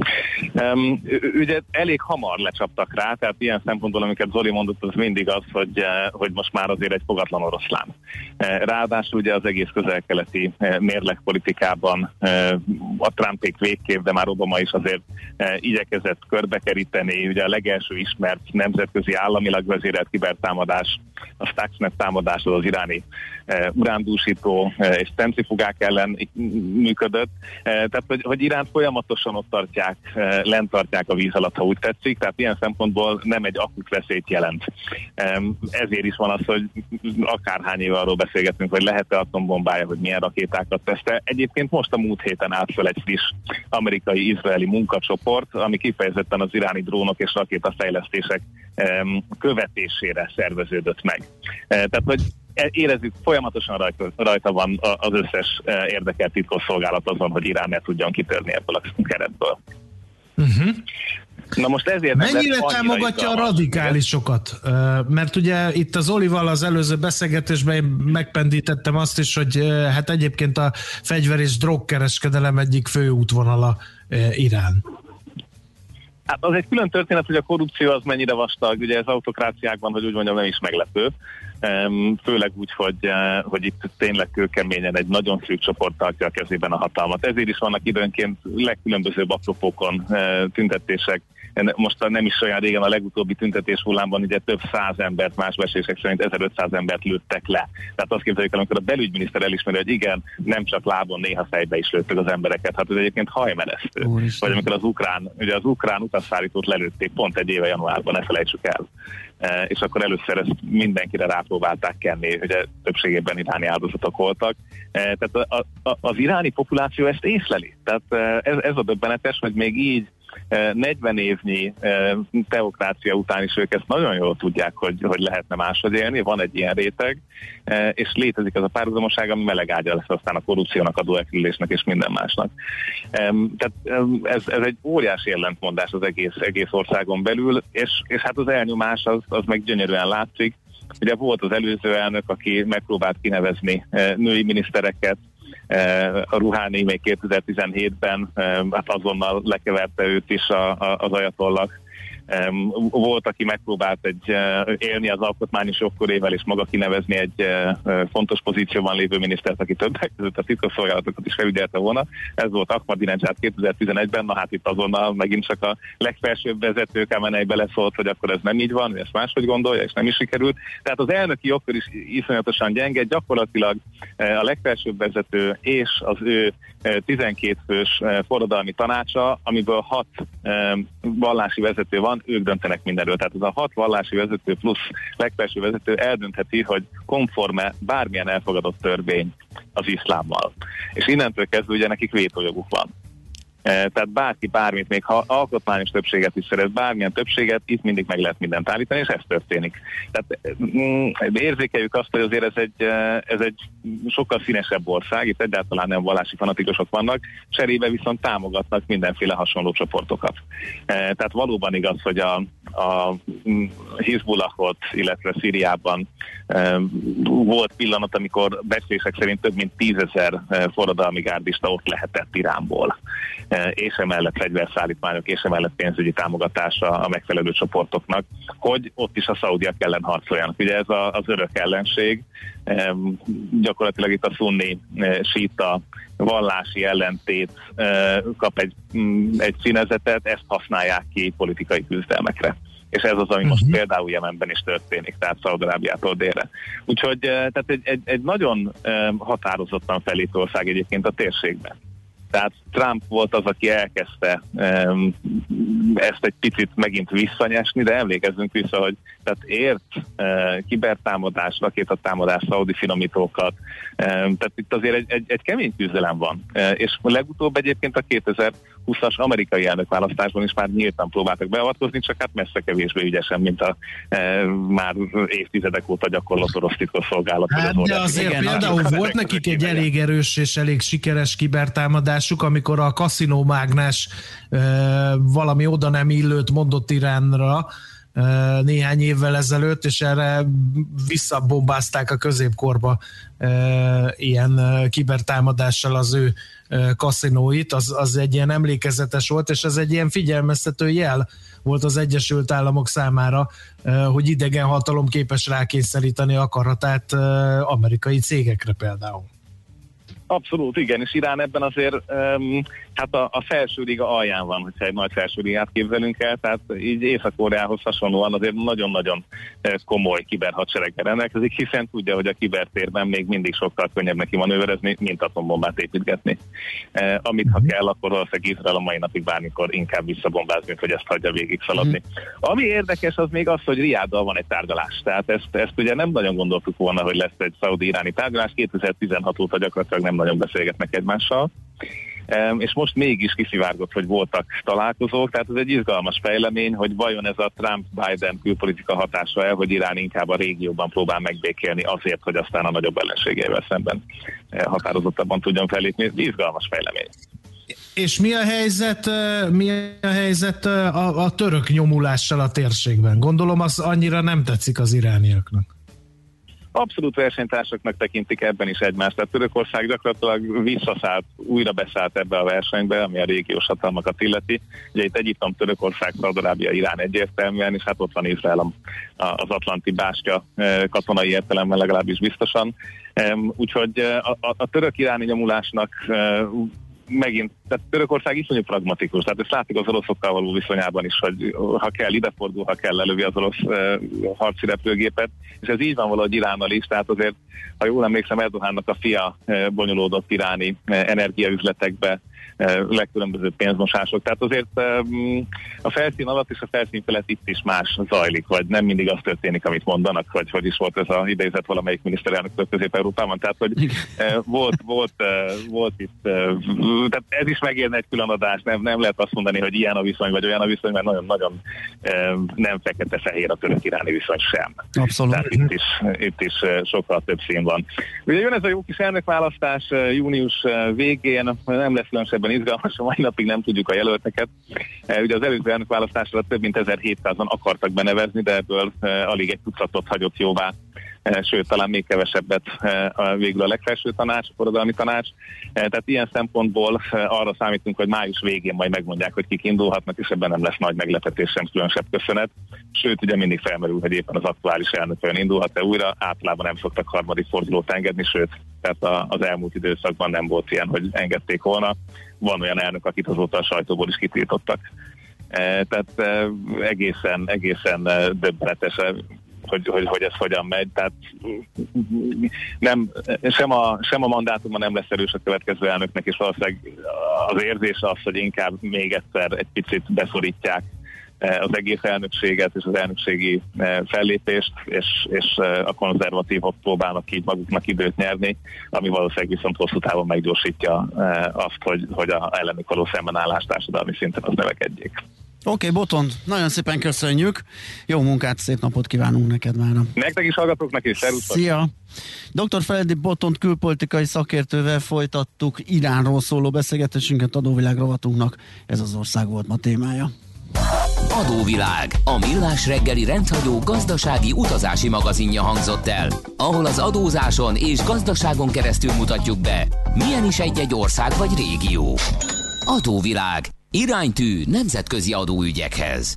Um, ugye elég hamar lecsaptak rá, tehát ilyen szempontból, amiket Zoli mondott, az mindig az, hogy, hogy most már azért egy fogatlan oroszlán. Ráadásul ugye az egész közel-keleti mérlegpolitikában a Trumpék végképp, de már Obama is azért igyekezett körbekeríteni. Ugye a legelső ismert nemzetközi államilag vezérelt kibertámadás, a Stuxnet támadás az iráni urándúsító és centrifugák ellen működött. Tehát, hogy, hogy Iránt folyamatosan ott tartják, lent tartják a víz alatt, ha úgy tetszik, tehát ilyen szempontból nem egy akut veszélyt jelent. Ezért is van az, hogy akárhány éve arról beszélgetünk, hogy lehet-e atombombája, hogy milyen rakétákat teszte. Egyébként most a múlt héten állt fel egy friss amerikai-izraeli munkacsoport, ami kifejezetten az iráni drónok és rakétafejlesztések követésére szerveződött meg. Tehát, hogy érezzük, folyamatosan rajta, rajta van az összes érdekelt titkosszolgálat azon, hogy Irán ne tudjon kitörni ebből a keretből. Uh-huh. Na most ezért mennyire támogatja a radikálisokat? Mert ugye itt az Olival az előző beszélgetésben megpendítettem azt is, hogy hát egyébként a fegyver és drogkereskedelem egyik fő útvonala Irán. Hát az egy külön történet, hogy a korrupció az mennyire vastag, ugye ez autokráciákban, hogy úgy mondjam, nem is meglepő. Főleg úgy, hogy, hogy itt tényleg kőkeményen egy nagyon szűk csoport tartja a kezében a hatalmat. Ezért is vannak időnként legkülönbözőbb apropókon tüntetések. Most nem is olyan régen a legutóbbi tüntetés hullámban ugye több száz embert, más becslések szerint ezerötszáz embert lőttek le. Tehát azt képzeljük el, amikor a belügyminiszter elismeri, hogy igen, nem csak lábon, néha fejbe is lőttek az embereket. Hát ez egyébként hajmeresztő. Úristen. Vagy amikor az ukrán, ugye az ukrán utasszállítót lelőtték pont egy éve januárban, ne felejtsük el. E, és akkor először ezt mindenkire rápróbálták kenni, ugye többségében iráni áldozatok voltak. E, tehát a, a, az iráni populáció ezt észleli. Tehát ez, ez a döbbenetes, hogy még így negyven évnyi teokrácia után is ők ezt nagyon jól tudják, hogy, hogy lehetne máshogy élni, van egy ilyen réteg, és létezik ez a párhuzamosság, ami melegágya lesz aztán a korrupciónak, adóelkerülésnek és minden másnak. Tehát ez, ez egy óriási ellentmondás az egész, egész országon belül, és, és hát az elnyomás az, az meg gyönyörűen látszik. Ugye volt az előző elnök, aki megpróbált kinevezni női minisztereket, a Ruháni még kétezer-tizenhétben hát azonnal lekeverte őt is a, a, az ajatollak. Volt, aki megpróbált egy, élni az alkotmányos jogkörével és maga kinevezni egy fontos pozícióban lévő minisztert, aki többek között a titkosszolgálatokat is felügyelte volna. Ez volt Ahmadinejad kétezer-tizenegyben, na hát itt azonnal megint csak a legfelsőbb vezető Khamenei beleszólt, hogy akkor ez nem így van, ezt máshogy gondolja, és nem is sikerült. Tehát az elnöki jogkör is iszonyatosan gyenge, gyakorlatilag a legfelsőbb vezető és az ő tizenkét fős forradalmi tanácsa, amiből hat vallási vezető van, ők döntenek mindenről. Tehát ez a hat vallási vezető plusz legfelső vezető eldöntheti, hogy konforme bármilyen elfogadott törvény az iszlámmal. És innentől kezdve ugye nekik vétójoguk van. Tehát bárki bármit, még ha alkotmányos többséget is szeret, bármilyen többséget, itt mindig meg lehet mindent állítani, és ez történik. Tehát mm, érzékeljük azt, hogy azért ez egy, ez egy sokkal színesebb ország, itt egyáltalán nem vallási fanatikusok vannak, cserébe viszont támogatnak mindenféle hasonló csoportokat. Tehát valóban igaz, hogy a, a Hizbullahot, illetve Szíriában volt pillanat, amikor becslések szerint több mint tízezer forradalmi gárdista ott lehetett Iránból, és emellett fegyverszállítmányok, és emellett pénzügyi támogatása a megfelelő csoportoknak, hogy ott is a szaudiak ellen harcoljanak. Ugye ez a, az örök ellenség, gyakorlatilag itt a szunni síta vallási ellentét kap egy, egy színezetet, ezt használják ki politikai küzdelmekre. És ez az, ami most uh-huh. például Jemenben is történik, tehát Szaúd-Arábiától délre. Úgyhogy tehát egy, egy, egy nagyon határozottan felépő ország egyébként a térségben. Tehát Trump volt az, aki elkezdte um, ezt egy picit megint visszanyesni, de emlékezzünk vissza, hogy tehát ért uh, kibertámadás, rakétatámadás, szaudi finomítókat, um, tehát itt azért egy, egy, egy kemény küzdelem van. Uh, és legutóbb egyébként a kétezer-húszas amerikai elnökválasztásban is már nyíltan próbáltak beavatkozni, csak hát messze kevésbé ügyesen, mint a uh, már évtizedek óta gyakorlott orosz titkosszolgálat. Hát az de azért igen, például volt nekik egy elég erős és elég sikeres kibertámadásuk, amikor a kaszinómágnás uh, valami oda nem illőt mondott Iránra, néhány évvel ezelőtt, és erre visszabombázták a középkorba ilyen kibertámadással az ő kaszinóit, az, az egy ilyen emlékezetes volt, és ez egy ilyen figyelmeztető jel volt az Egyesült Államok számára, hogy idegen hatalom képes rákényszeríteni akaratát amerikai cégekre például. Abszolút, igen, és Irán ebben azért um, hát a, a felső liga alján van, hogyha egy nagy felső ligát képzelünk el, tehát így Észak-Koreához hasonlóan azért nagyon-nagyon komoly kiberhadsereggel rendelkezik, hiszen tudja, hogy a kibertérben még mindig sokkal könnyebb neki manőverezni, mint atombombát építgetni. Uh, amit ha kell, akkor valószínűleg Izrael a mai napig bármikor inkább visszabombáz, mint hogy ezt hagyja végig szaladni. Mm. Ami érdekes, az még az, hogy Riáddal van egy tárgyalás, tehát ezt, ezt ugye nem nagyon gondoltuk volna, hogy lesz egy szaudi-iráni tárgyalás, kétezer-tizenhat óta gyakorlatilag nem nagyon beszélgetnek egymással, és most mégis kiszivárgott, hogy voltak találkozók, tehát ez egy izgalmas fejlemény, hogy vajon ez a Trump-Biden külpolitika hatása el, hogy Irán inkább a régióban próbál megbékélni azért, hogy aztán a nagyobb ellenségeivel szemben határozottabban tudjon fellépni. Izgalmas fejlemény. És mi a helyzet, mi a, helyzet a, a török nyomulással a térségben? Gondolom, az annyira nem tetszik az irániaknak. Abszolút versenytársaknak tekintik ebben is egymást. Tehát Törökország gyakorlatilag visszaszállt, újra beszállt ebbe a versenybe, ami a régiós hatalmakat illeti. Ugye itt Egyiptom, Törökország, Szaúd-Arábia, Irán egyértelműen, és hát ott van Izrael az atlanti bástya katonai értelemben legalábbis biztosan. Úgyhogy a, a, a török-iráni nyomulásnak megint, tehát Törökország iszonyú pragmatikus, tehát ezt látjuk az oroszokkal való viszonyában is, hogy ha kell idefordul, ha kell lelövi az orosz uh, harci repülőgépet, és ez így van valahogy Iránnal is, tehát azért, ha jól emlékszem, Erdogánnak a fia uh, bonyolódott iráni uh, energiaüzletekbe, uh, legkülönbözőbb pénzmosások, tehát azért um, a felszín alatt és a felszín felett itt is más zajlik, vagy nem mindig az történik, amit mondanak, hogy hogy is volt ez a idézet valamelyik miniszterelnök Közép-Európában, tehát hogy uh, volt, volt, uh, volt itt uh, tehát ez is megérne egy külön adás, nem, nem lehet azt mondani, hogy ilyen a viszony, vagy olyan a viszony, mert nagyon-nagyon eh, nem fekete-fehér a török-iráni viszony sem. Abszolút. Tehát itt is, itt is sokkal több szín van. Ugye jön ez a jó kis elnökválasztás június végén, nem lesz különösebben izgalmas, a mai napig nem tudjuk a jelölteket. Ugye az előző elnökválasztásra több mint ezerhétszázan akartak benevezni, de ebből alig egy tucatot hagyott jóvá, sőt, talán még kevesebbet végül a legfelső tanács, a forradalmi tanács. Tehát ilyen szempontból arra számítunk, hogy május végén majd megmondják, hogy kik indulhatnak, és ebben nem lesz nagy meglepetés sem, különösebb köszönet. Sőt, ugye mindig felmerül, hogy éppen az aktuális elnök olyan indulhat-e újra, általában nem szoktak harmadik fordulót engedni, sőt, tehát az elmúlt időszakban nem volt ilyen, hogy engedték volna. Van olyan elnök, akit azóta a sajtóból is kitiltottak. Tehát egészen, egészen döbbenetes, Hogy, hogy, hogy ez hogyan megy, tehát nem, sem, a, sem a mandátuma nem lesz erős a következő elnöknek, és valószínűleg az érzés az, hogy inkább még egyszer egy picit beszorítják az egész elnökséget és az elnökségi fellépést, és, és a konzervatívok próbálnak így maguknak időt nyerni, ami valószínűleg viszont hosszú távon meggyorsítja azt, hogy, hogy a ellenük való szembenállás társadalmi szinten az növekedjék. Oké, okay, Botond, nagyon szépen köszönjük. Jó munkát, szép napot kívánunk neked már. Nektek is hallgatóknak is, szervusztok! Szia! doktor Feledi Botond külpolitikai szakértővel folytattuk Iránról szóló beszélgetésünket, adóvilág rovatunknak. Ez az ország volt ma témája. Adóvilág, a millás reggeli rendhagyó gazdasági utazási magazinja hangzott el, ahol az adózáson és gazdaságon keresztül mutatjuk be, milyen is egy-egy ország vagy régió. Adóvilág, iránytű nemzetközi adóügyekhez.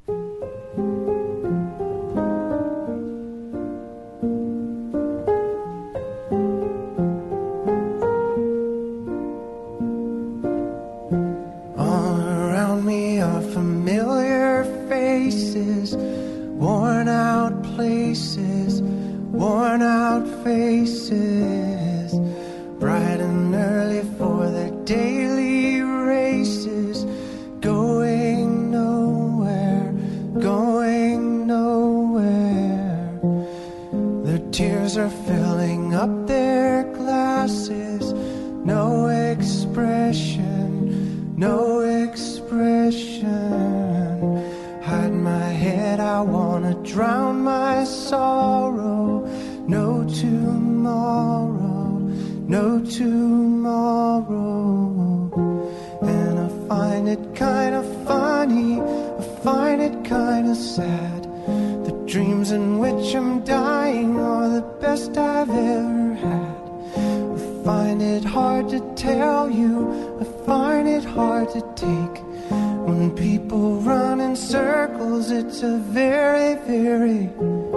Worn out places, worn out faces, bright and early for their daily races, going nowhere, going nowhere. Their tears are filling up their glasses, no expression, no expression. Hide my head, I wanna drown my sorrow. No tomorrow, no tomorrow. And I find it kinda funny, I find it kinda sad. dreams in which I'm dying are the best I've ever had. I find it hard to tell you, I find it hard to take. When people run in circles, it's a very, very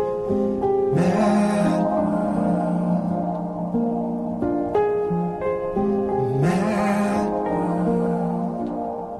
mad world. Mad world.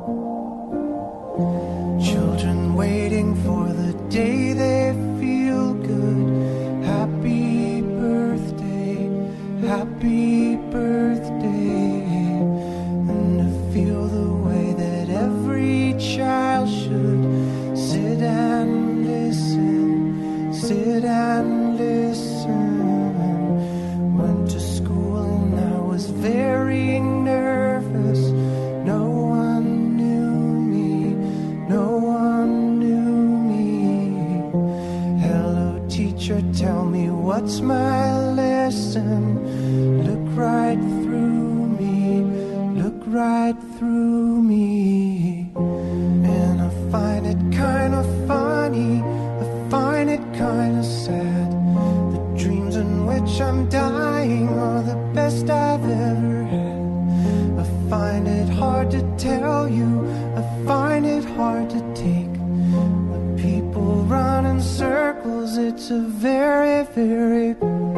Children waiting for the day they feel good. Happy birthday, happy birthday. And to feel the way that every child should sit and listen, sit and listen. Went to school and I was very nervous. No one knew me, no one knew me. Hello teacher, tell me what's my lesson. Look right through me, look right through me. And I find it kind of funny, I find it kind of sad. The dreams in which I'm dying are the best I've ever had. I find it hard to tell you, I find it hard to take. The people run in circles, it's a very, very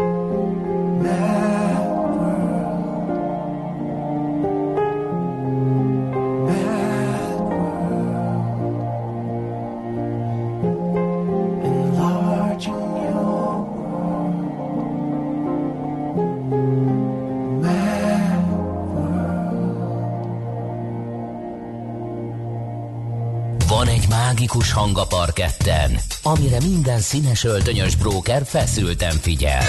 mad world. Mad world. Enlarging your world. Mad Van egy mágikus hang a parketten, amire minden színes öltönyös bróker feszülten figyel.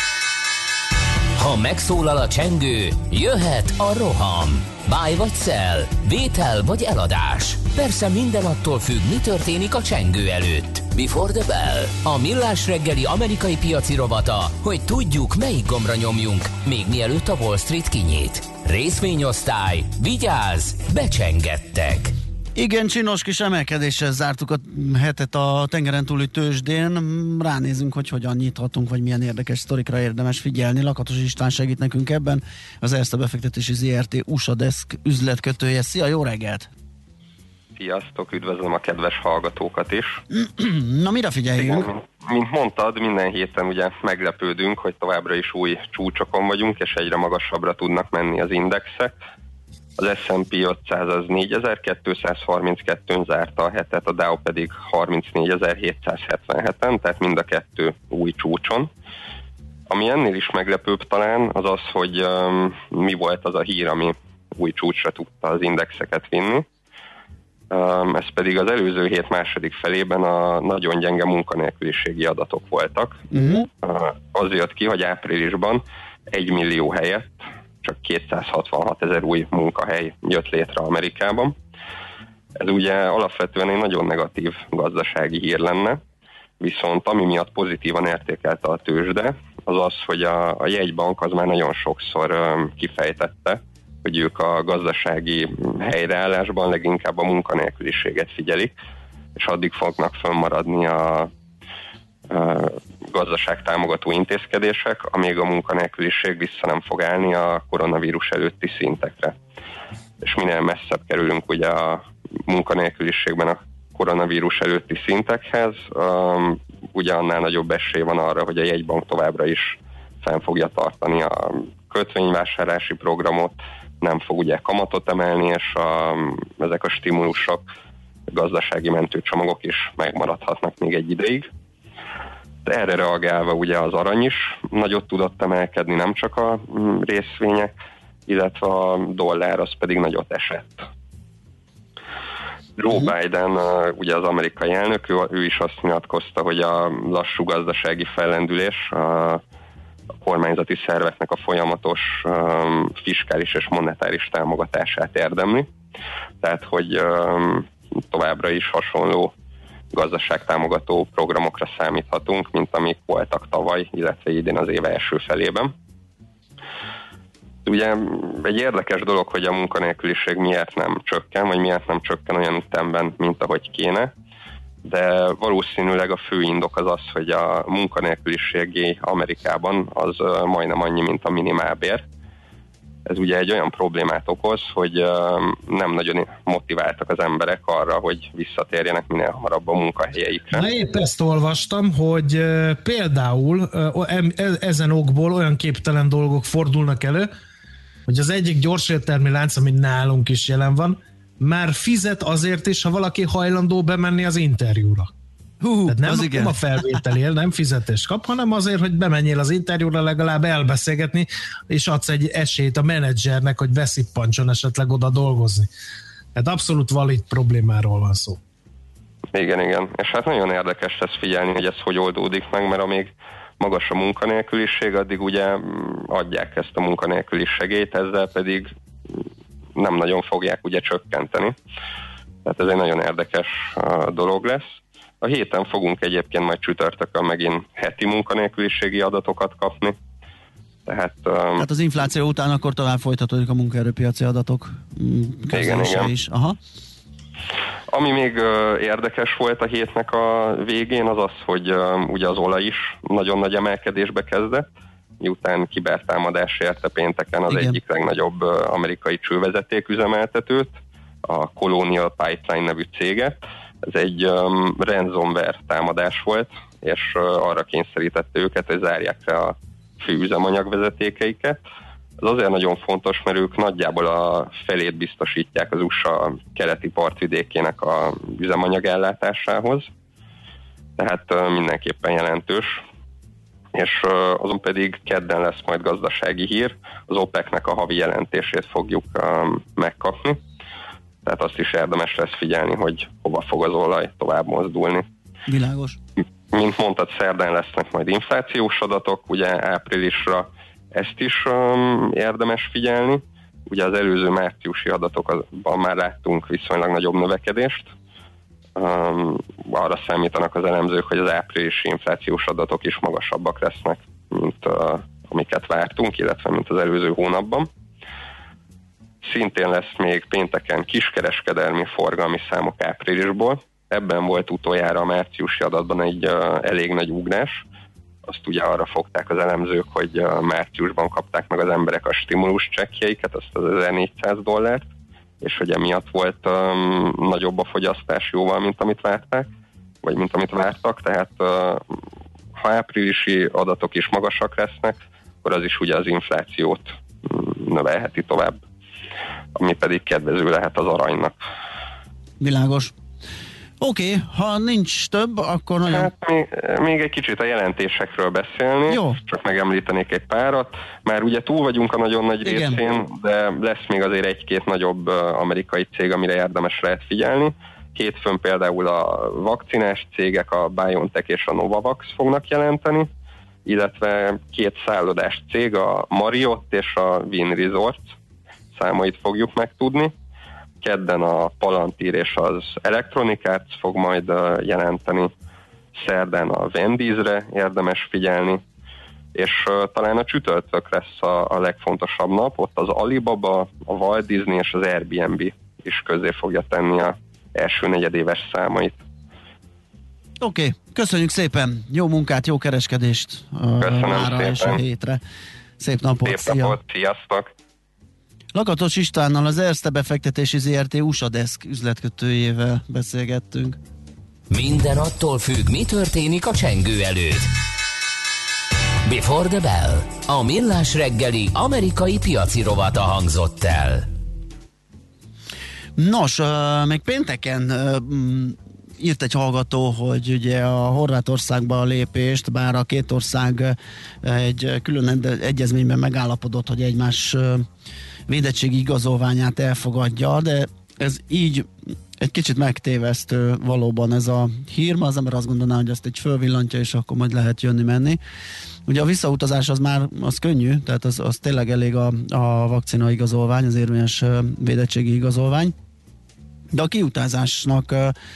Ha megszólal a csengő, jöhet a roham. Buy vagy sell, vétel vagy eladás. Persze minden attól függ, mi történik a csengő előtt. Before the bell, a millás reggeli amerikai piaci rovata, hogy tudjuk, melyik gombra nyomjunk, még mielőtt a Wall Street kinyit. Részvényosztály, vigyázz, becsengettek! Igen, csinos kis emelkedéssel zártuk a hetet a tengeren túli tőzsdén. Ránézünk, hogy hogyan nyithatunk, vagy milyen érdekes sztorikra érdemes figyelni. Lakatos István segít nekünk ebben, az Erste befektetési zé er té u es á Desk üzletkötője. Szia, jó reggelt! Sziasztok, üdvözlöm a kedves hallgatókat is. Na, mire figyeljünk? Igen, mint mondtad, minden héten ugye meglepődünk, hogy továbbra is új csúcsokon vagyunk, és egyre magasabbra tudnak menni az indexek. Az es and pé ötszáz az négyezer-kétszázharminckettőn zárta a hetet, a Dow pedig harmincnégyezer-hétszázhetvenheten, tehát mind a kettő új csúcson. Ami ennél is meglepőbb talán, az az, hogy um, mi volt az a hír, ami új csúcsra tudta az indexeket vinni. Um, ez pedig az előző hét második felében a nagyon gyenge munkanélküliségi adatok voltak. Uh-huh. Uh, az jött ki, hogy áprilisban egy millió helyett csak kétszázhatvanhat ezer új munkahely jött létre Amerikában. Ez ugye alapvetően egy nagyon negatív gazdasági hír lenne, viszont ami miatt pozitívan értékelte a tőzsde, az az, hogy a, a jegybank az már nagyon sokszor um, kifejtette, hogy ők a gazdasági helyreállásban leginkább a munkanélküliséget figyelik, és addig fognak fönnmaradni a, a gazdaságtámogató intézkedések, amíg a munkanélküliség vissza nem fog állni a koronavírus előtti szintekre. És minél messzebb kerülünk ugye a munkanélküliségben a koronavírus előtti szintekhez, um, ugye annál nagyobb esély van arra, hogy a jegybank továbbra is fenn fogja tartani a kötvényvásárlási programot, nem fog ugye kamatot emelni, és a, ezek a stimulusok, a gazdasági mentőcsomagok is megmaradhatnak még egy ideig. De erre reagálva ugye az arany is nagyot tudott emelkedni, nem csak a részvények, illetve a dollár az pedig nagyot esett. Joe Biden, ugye az amerikai elnök, ő, ő is azt nyilatkozta, hogy a lassú gazdasági fellendülés a a kormányzati szerveknek a folyamatos um, fiskális és monetáris támogatását érdemli. Tehát, hogy um, továbbra is hasonló gazdaságtámogató programokra számíthatunk, mint amik voltak tavaly, illetve idén az év első felében. Ugye egy érdekes dolog, hogy a munkanélküliség miért nem csökken, vagy miért nem csökken olyan ütemben, mint ahogy kéne. de valószínűleg a fő indok az az, hogy a munkanélküliségi Amerikában az majdnem annyi, mint a minimálbér. Ez ugye egy olyan problémát okoz, hogy nem nagyon motiváltak az emberek arra, hogy visszatérjenek minél hamarabb a munkahelyeikre. Na épp ezt olvastam, hogy például ezen okból olyan képtelen dolgok fordulnak elő, hogy az egyik gyorsértelmi lánc, ami nálunk is jelen van, már fizet azért is, ha valaki hajlandó bemenni az interjúra. Hú, Tehát nem, az igen. nem a felvételél, nem fizetést kap, hanem azért, hogy bemenjél az interjúra, legalább elbeszélgetni, és adsz egy esélyt a menedzsernek, hogy beszippancson esetleg oda dolgozni. Tehát abszolút valid problémáról van szó. Igen, igen. És hát nagyon érdekes lesz figyelni, hogy ez hogy oldódik meg, mert amíg magas a munkanélküliség, addig ugye adják ezt a munkanélküli segélyt, ezzel pedig nem nagyon fogják ugye csökkenteni. Tehát ez egy nagyon érdekes dolog lesz. A héten fogunk egyébként majd csütörtökön megint heti munkanélküliségi adatokat kapni. Tehát, Tehát az infláció után akkor tovább folytatódik a munkaerőpiaci adatok igen, igen. is. Aha. Ami még uh, érdekes volt a hétnek a végén, az az, hogy uh, ugye az olaj is nagyon nagy emelkedésbe kezdett, miután kibertámadás érte pénteken az igen. egyik legnagyobb uh, amerikai csővezetéküzemeltetőt, a Colonial Pipeline nevű céget. Ez egy um, ransomware támadás volt, és uh, arra kényszerítette őket, hogy zárják le a fő üzemanyagvezetékeiket. Ez azért nagyon fontos, mert ők nagyjából a felét biztosítják az u es á keleti partvidékének a üzemanyag ellátásához, tehát uh, mindenképpen jelentős. És uh, azon pedig kedden lesz majd gazdasági hír, az OPEC-nek a havi jelentését fogjuk um, megkapni, tehát azt is érdemes lesz figyelni, hogy hova fog az olaj tovább mozdulni. Világos. Mint mondtad, szerdán lesznek majd inflációs adatok, ugye áprilisra ezt is um, érdemes figyelni. Ugye az előző márciusi adatokban már láttunk viszonylag nagyobb növekedést. Um, arra számítanak az elemzők, hogy az áprilisi inflációs adatok is magasabbak lesznek, mint uh, amiket vártunk, illetve mint az előző hónapban. Szintén lesz még pénteken kiskereskedelmi forgalmi számok áprilisból. Ebben volt utoljára a márciusi adatban egy uh, elég nagy ugrás. Azt ugye arra fogták az elemzők, hogy uh, márciusban kapták meg az emberek a stimulus csekkjeiket, azt az ezernégyszáz dollárt, és hogy emiatt volt um, nagyobb a fogyasztás jóval, mint amit várták, vagy mint amit vártak, tehát uh, ha áprilisi adatok is magasak lesznek, akkor az is ugye az inflációt um, növelheti tovább, ami pedig kedvező lehet az aranynak. Világos. Oké, okay, ha nincs több, akkor nagyon... Hát még, még egy kicsit a jelentésekről beszélni, jó. Csak megemlítenék egy párat. Már ugye túl vagyunk a nagyon nagy igen. részén, de lesz még azért egy-két nagyobb amerikai cég, amire érdemes lehet figyelni. Hétfőn például a vakcinás cégek, a BioNTech és a Novavax fognak jelenteni, illetve két szállodás cég, a Marriott és a Wynn Resort számait fogjuk megtudni. Kedden a Palantir és az Electronic Arts fog majd jelenteni, szerdán a Wendy's-re érdemes figyelni, és uh, talán a csütörtök lesz a, a legfontosabb nap, ott az Alibaba, a Walt Disney és az Airbnb is közé fogja tenni az első negyedéves számait. Oké, okay, köszönjük szépen, jó munkát, jó kereskedést mára és a hétre. Szép napot, Szép napot, sziasztok! Lakatos Istvánnal, az Erste befektetési zé er té u es á Desk üzletkötőjével beszélgettünk. Minden attól függ, mi történik a csengő előtt. Before the Bell, a millás reggeli amerikai piaci rovata hangzott el. Nos, uh, még pénteken uh, írt egy hallgató, hogy ugye a Horvátországba a lépést, bár a két ország egy külön egyezményben megállapodott, hogy egymás védettségi igazolványát elfogadja, de ez így egy kicsit megtévesztő valóban ez a hír, az ember azt gondolná, hogy azt egy fölvillantja, és akkor majd lehet jönni-menni. Ugye a visszautazás az már az könnyű, tehát az, az tényleg elég a, a vakcina igazolvány, az érvényes védettségi igazolvány, de a kiutazásnak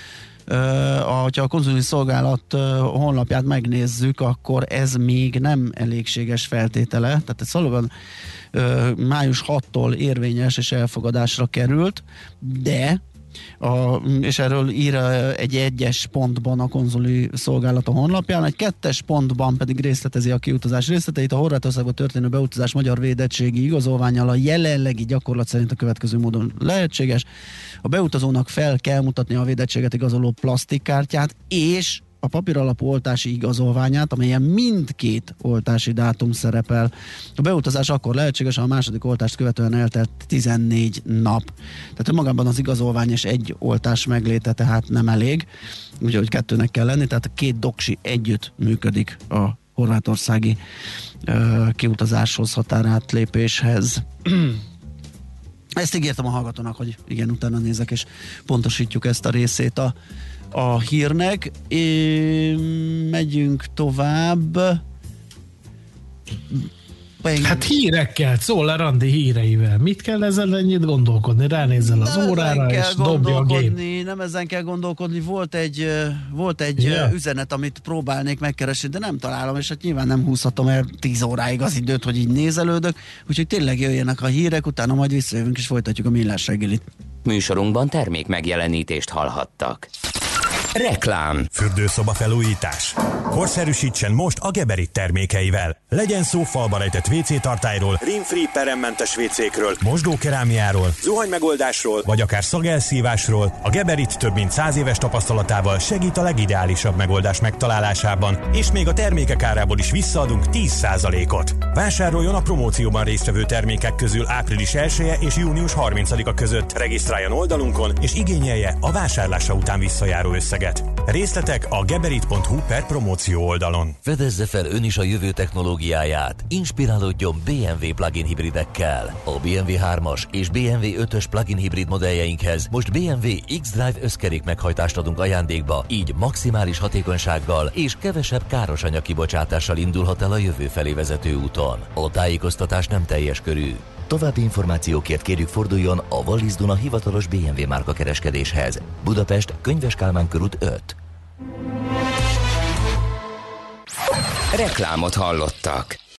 Uh, ha a konzuli szolgálat uh, honlapját megnézzük, akkor ez még nem elégséges feltétele, tehát ez valóban uh, május hatodikától érvényes és elfogadásra került, de A, és erről ír egy egyes pontban a konzuli szolgálat a honlapján, egy kettes pontban pedig részletezi a kiutazás részleteit. A Horvátországba történő beutazás magyar védettségi igazolvánnyal a jelenlegi gyakorlat szerint a következő módon lehetséges. A beutazónak fel kell mutatni a védettséget igazoló plastikkártyát és a papíralapú oltási igazolványát, amelyen mindkét oltási dátum szerepel. A beutazás akkor lehetséges, ha a második oltást követően eltelt tizennégy nap. Tehát önmagában az igazolvány és egy oltás megléte tehát nem elég, úgyhogy kettőnek kell lenni, tehát a két doksi együtt működik a horvátországi uh, kiutazáshoz, határátlépéshez. Ezt ígértem a hallgatónak, hogy igen, utána nézek, és pontosítjuk ezt a részét a a hírnek. É, megyünk tovább. Hát hírekkel, Czoller Andi híreivel. Mit kell ezzel ennyit gondolkodni? Ránézel az nem órára, és dobja a gép. Nem ezen kell gondolkodni. Volt egy, volt egy yeah. üzenet, amit próbálnék megkeresni, de nem találom, és hát nyilván nem húzhatom el tíz óráig az időt, hogy így nézelődök. Úgyhogy tényleg jöjjenek a hírek, utána majd visszajövünk, és folytatjuk a Millás reggelit. Műsorunkban termék megjelenítést hallhattak. Reklám. Fürdőszoba felújítás. Korszerűsítsen most a Geberit termékeivel. Legyen szó falba rejtett vé cé tartályról, rim-free peremmentes vécékről, mosdókerámiáról, zuhanymegoldásról, vagy akár szagelszívásról. A Geberit több mint száz éves tapasztalatával segít a legideálisabb megoldás megtalálásában, és még a termékek árából is visszaadunk tíz százalékot. Vásároljon a promócióban résztvevő termékek közül április elseje és június harmincadika között. Regisztráljon oldalunkon, és igényelje a vásárlása után visszajáró összeget. Részletek a geberit pont hu per promóció oldalon. Fedezze fel ön is a jövő technológiáját. Inspirálódjon bé em vé plug-in hibridekkel. A bé em vé hármas és bé em vé ötös plug-in hibrid modelljeinkhez most bé em vé X-Drive összkerék meghajtást adunk ajándékba, így maximális hatékonysággal és kevesebb káros anyagkibocsátással indulhat el a jövő felé vezető úton. A tájékoztatás nem teljes körű. További információkért kérjük forduljon a Wallis Duna hivatalos bé em vé márka kereskedéshez. Budapest, Könyves Kálmán körút öt. Reklámot hallottak.